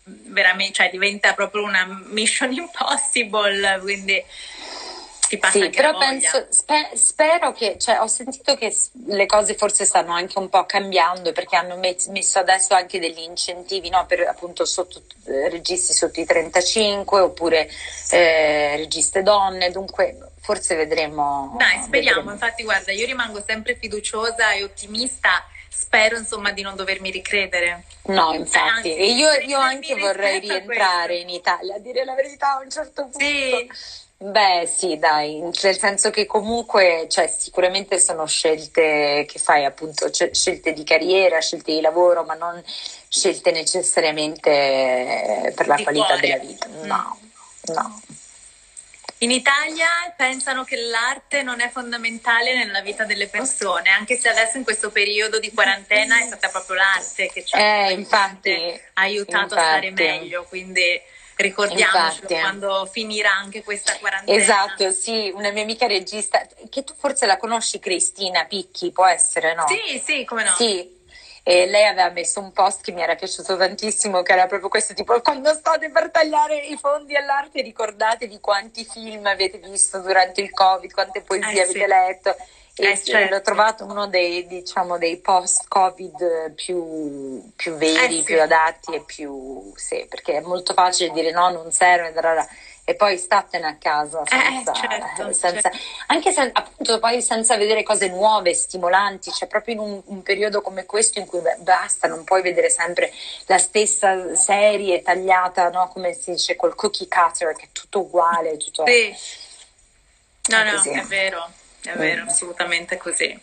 veramente, cioè diventa proprio una mission impossible, quindi ti passa Sì, anche la però voglia. penso, spe- spero che, cioè, ho sentito che s- le cose forse stanno anche un po' cambiando perché hanno met- messo adesso anche degli incentivi, no, per appunto sotto, eh, registi sotto i trentacinque oppure eh, registe donne, dunque forse vedremo. Dai, speriamo. vedremo. Infatti, guarda, io rimango sempre fiduciosa e ottimista. Spero, insomma, di non dovermi ricredere. No, Cioè, infatti, anzi, e io, io prendermi anche vorrei rispetto a rientrare questo. in Italia, a dire la verità a un certo punto. Sì, Beh, sì, dai, nel senso che comunque, cioè, sicuramente sono scelte che fai appunto, cioè, scelte di carriera, scelte di lavoro, ma non scelte necessariamente per la di qualità della cuore. vita. Mm. No, no. In Italia pensano che l'arte non è fondamentale nella vita delle persone, anche se adesso in questo periodo di quarantena è stata proprio l'arte che ci ha Eh, sicuramente infatti, aiutato a stare infatti. meglio, quindi ricordiamocelo Infatti. quando finirà anche questa quarantena. Esatto, sì, una mia amica regista, che tu forse la conosci, Cristina Picchi, può essere, no? Sì, sì, come no. Sì, e lei aveva messo un post che mi era piaciuto tantissimo, che era proprio questo tipo: quando state per tagliare i fondi all'arte ricordatevi quanti film avete visto durante il Covid, quante poesie Eh, sì. avete letto. E Eh, certo. l'ho trovato uno dei, diciamo, dei post-Covid più, più veri, Eh, sì. più adatti e più, sì, perché è molto facile dire no, non serve, da, da, da. E poi statene a casa senza, Eh, certo, senza- certo. anche se, appunto poi senza vedere cose nuove, stimolanti, cioè proprio in un, un periodo come questo in cui beh, basta, non puoi vedere sempre la stessa serie tagliata, no? Come si dice, col cookie cutter, che è tutto uguale, tutto Sì. No, è no, così. è vero, è vero, Mm. assolutamente così.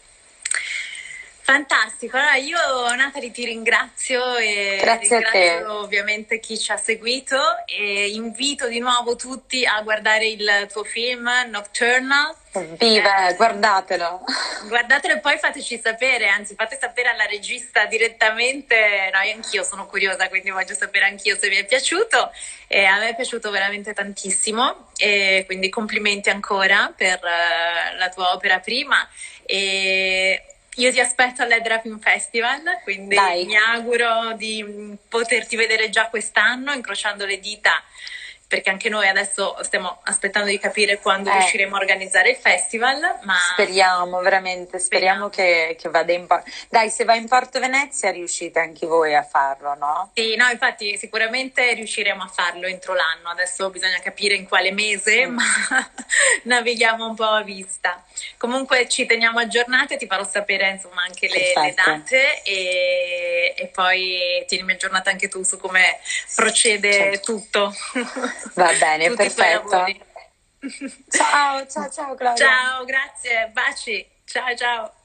Fantastico, allora io Natalie ti ringrazio e Grazie a te. ringrazio ovviamente chi ci ha seguito e invito di nuovo tutti a guardare il tuo film Nocturnal. Viva, Eh, guardatelo. Guardatelo e poi fateci sapere, anzi fate sapere alla regista direttamente, no, io anch'io sono curiosa, quindi voglio sapere anch'io se vi è piaciuto e a me è piaciuto veramente tantissimo e quindi complimenti ancora per eh, la tua opera prima e io ti aspetto all'Edera Film Festival, quindi Dai. mi auguro di mh, poterti vedere già quest'anno, incrociando le dita, perché anche noi adesso stiamo aspettando di capire quando Eh. riusciremo a organizzare il festival, ma Speriamo, veramente, speriamo che, che vada in Porto. Dai, se va in Porto Venezia riuscite anche voi a farlo, no? sì, no, infatti sicuramente riusciremo a farlo entro l'anno, adesso bisogna capire in quale mese, Mm. ma navighiamo un po' a vista. Comunque ci teniamo aggiornati e ti farò sapere insomma anche le, le Perfetto. date e, e poi tienimi aggiornata anche tu su come procede Certo. tutto. Va bene, Tutti i tuoi perfetto. lavori. Ciao, ciao, ciao Claudia. Ciao, grazie, baci, ciao ciao.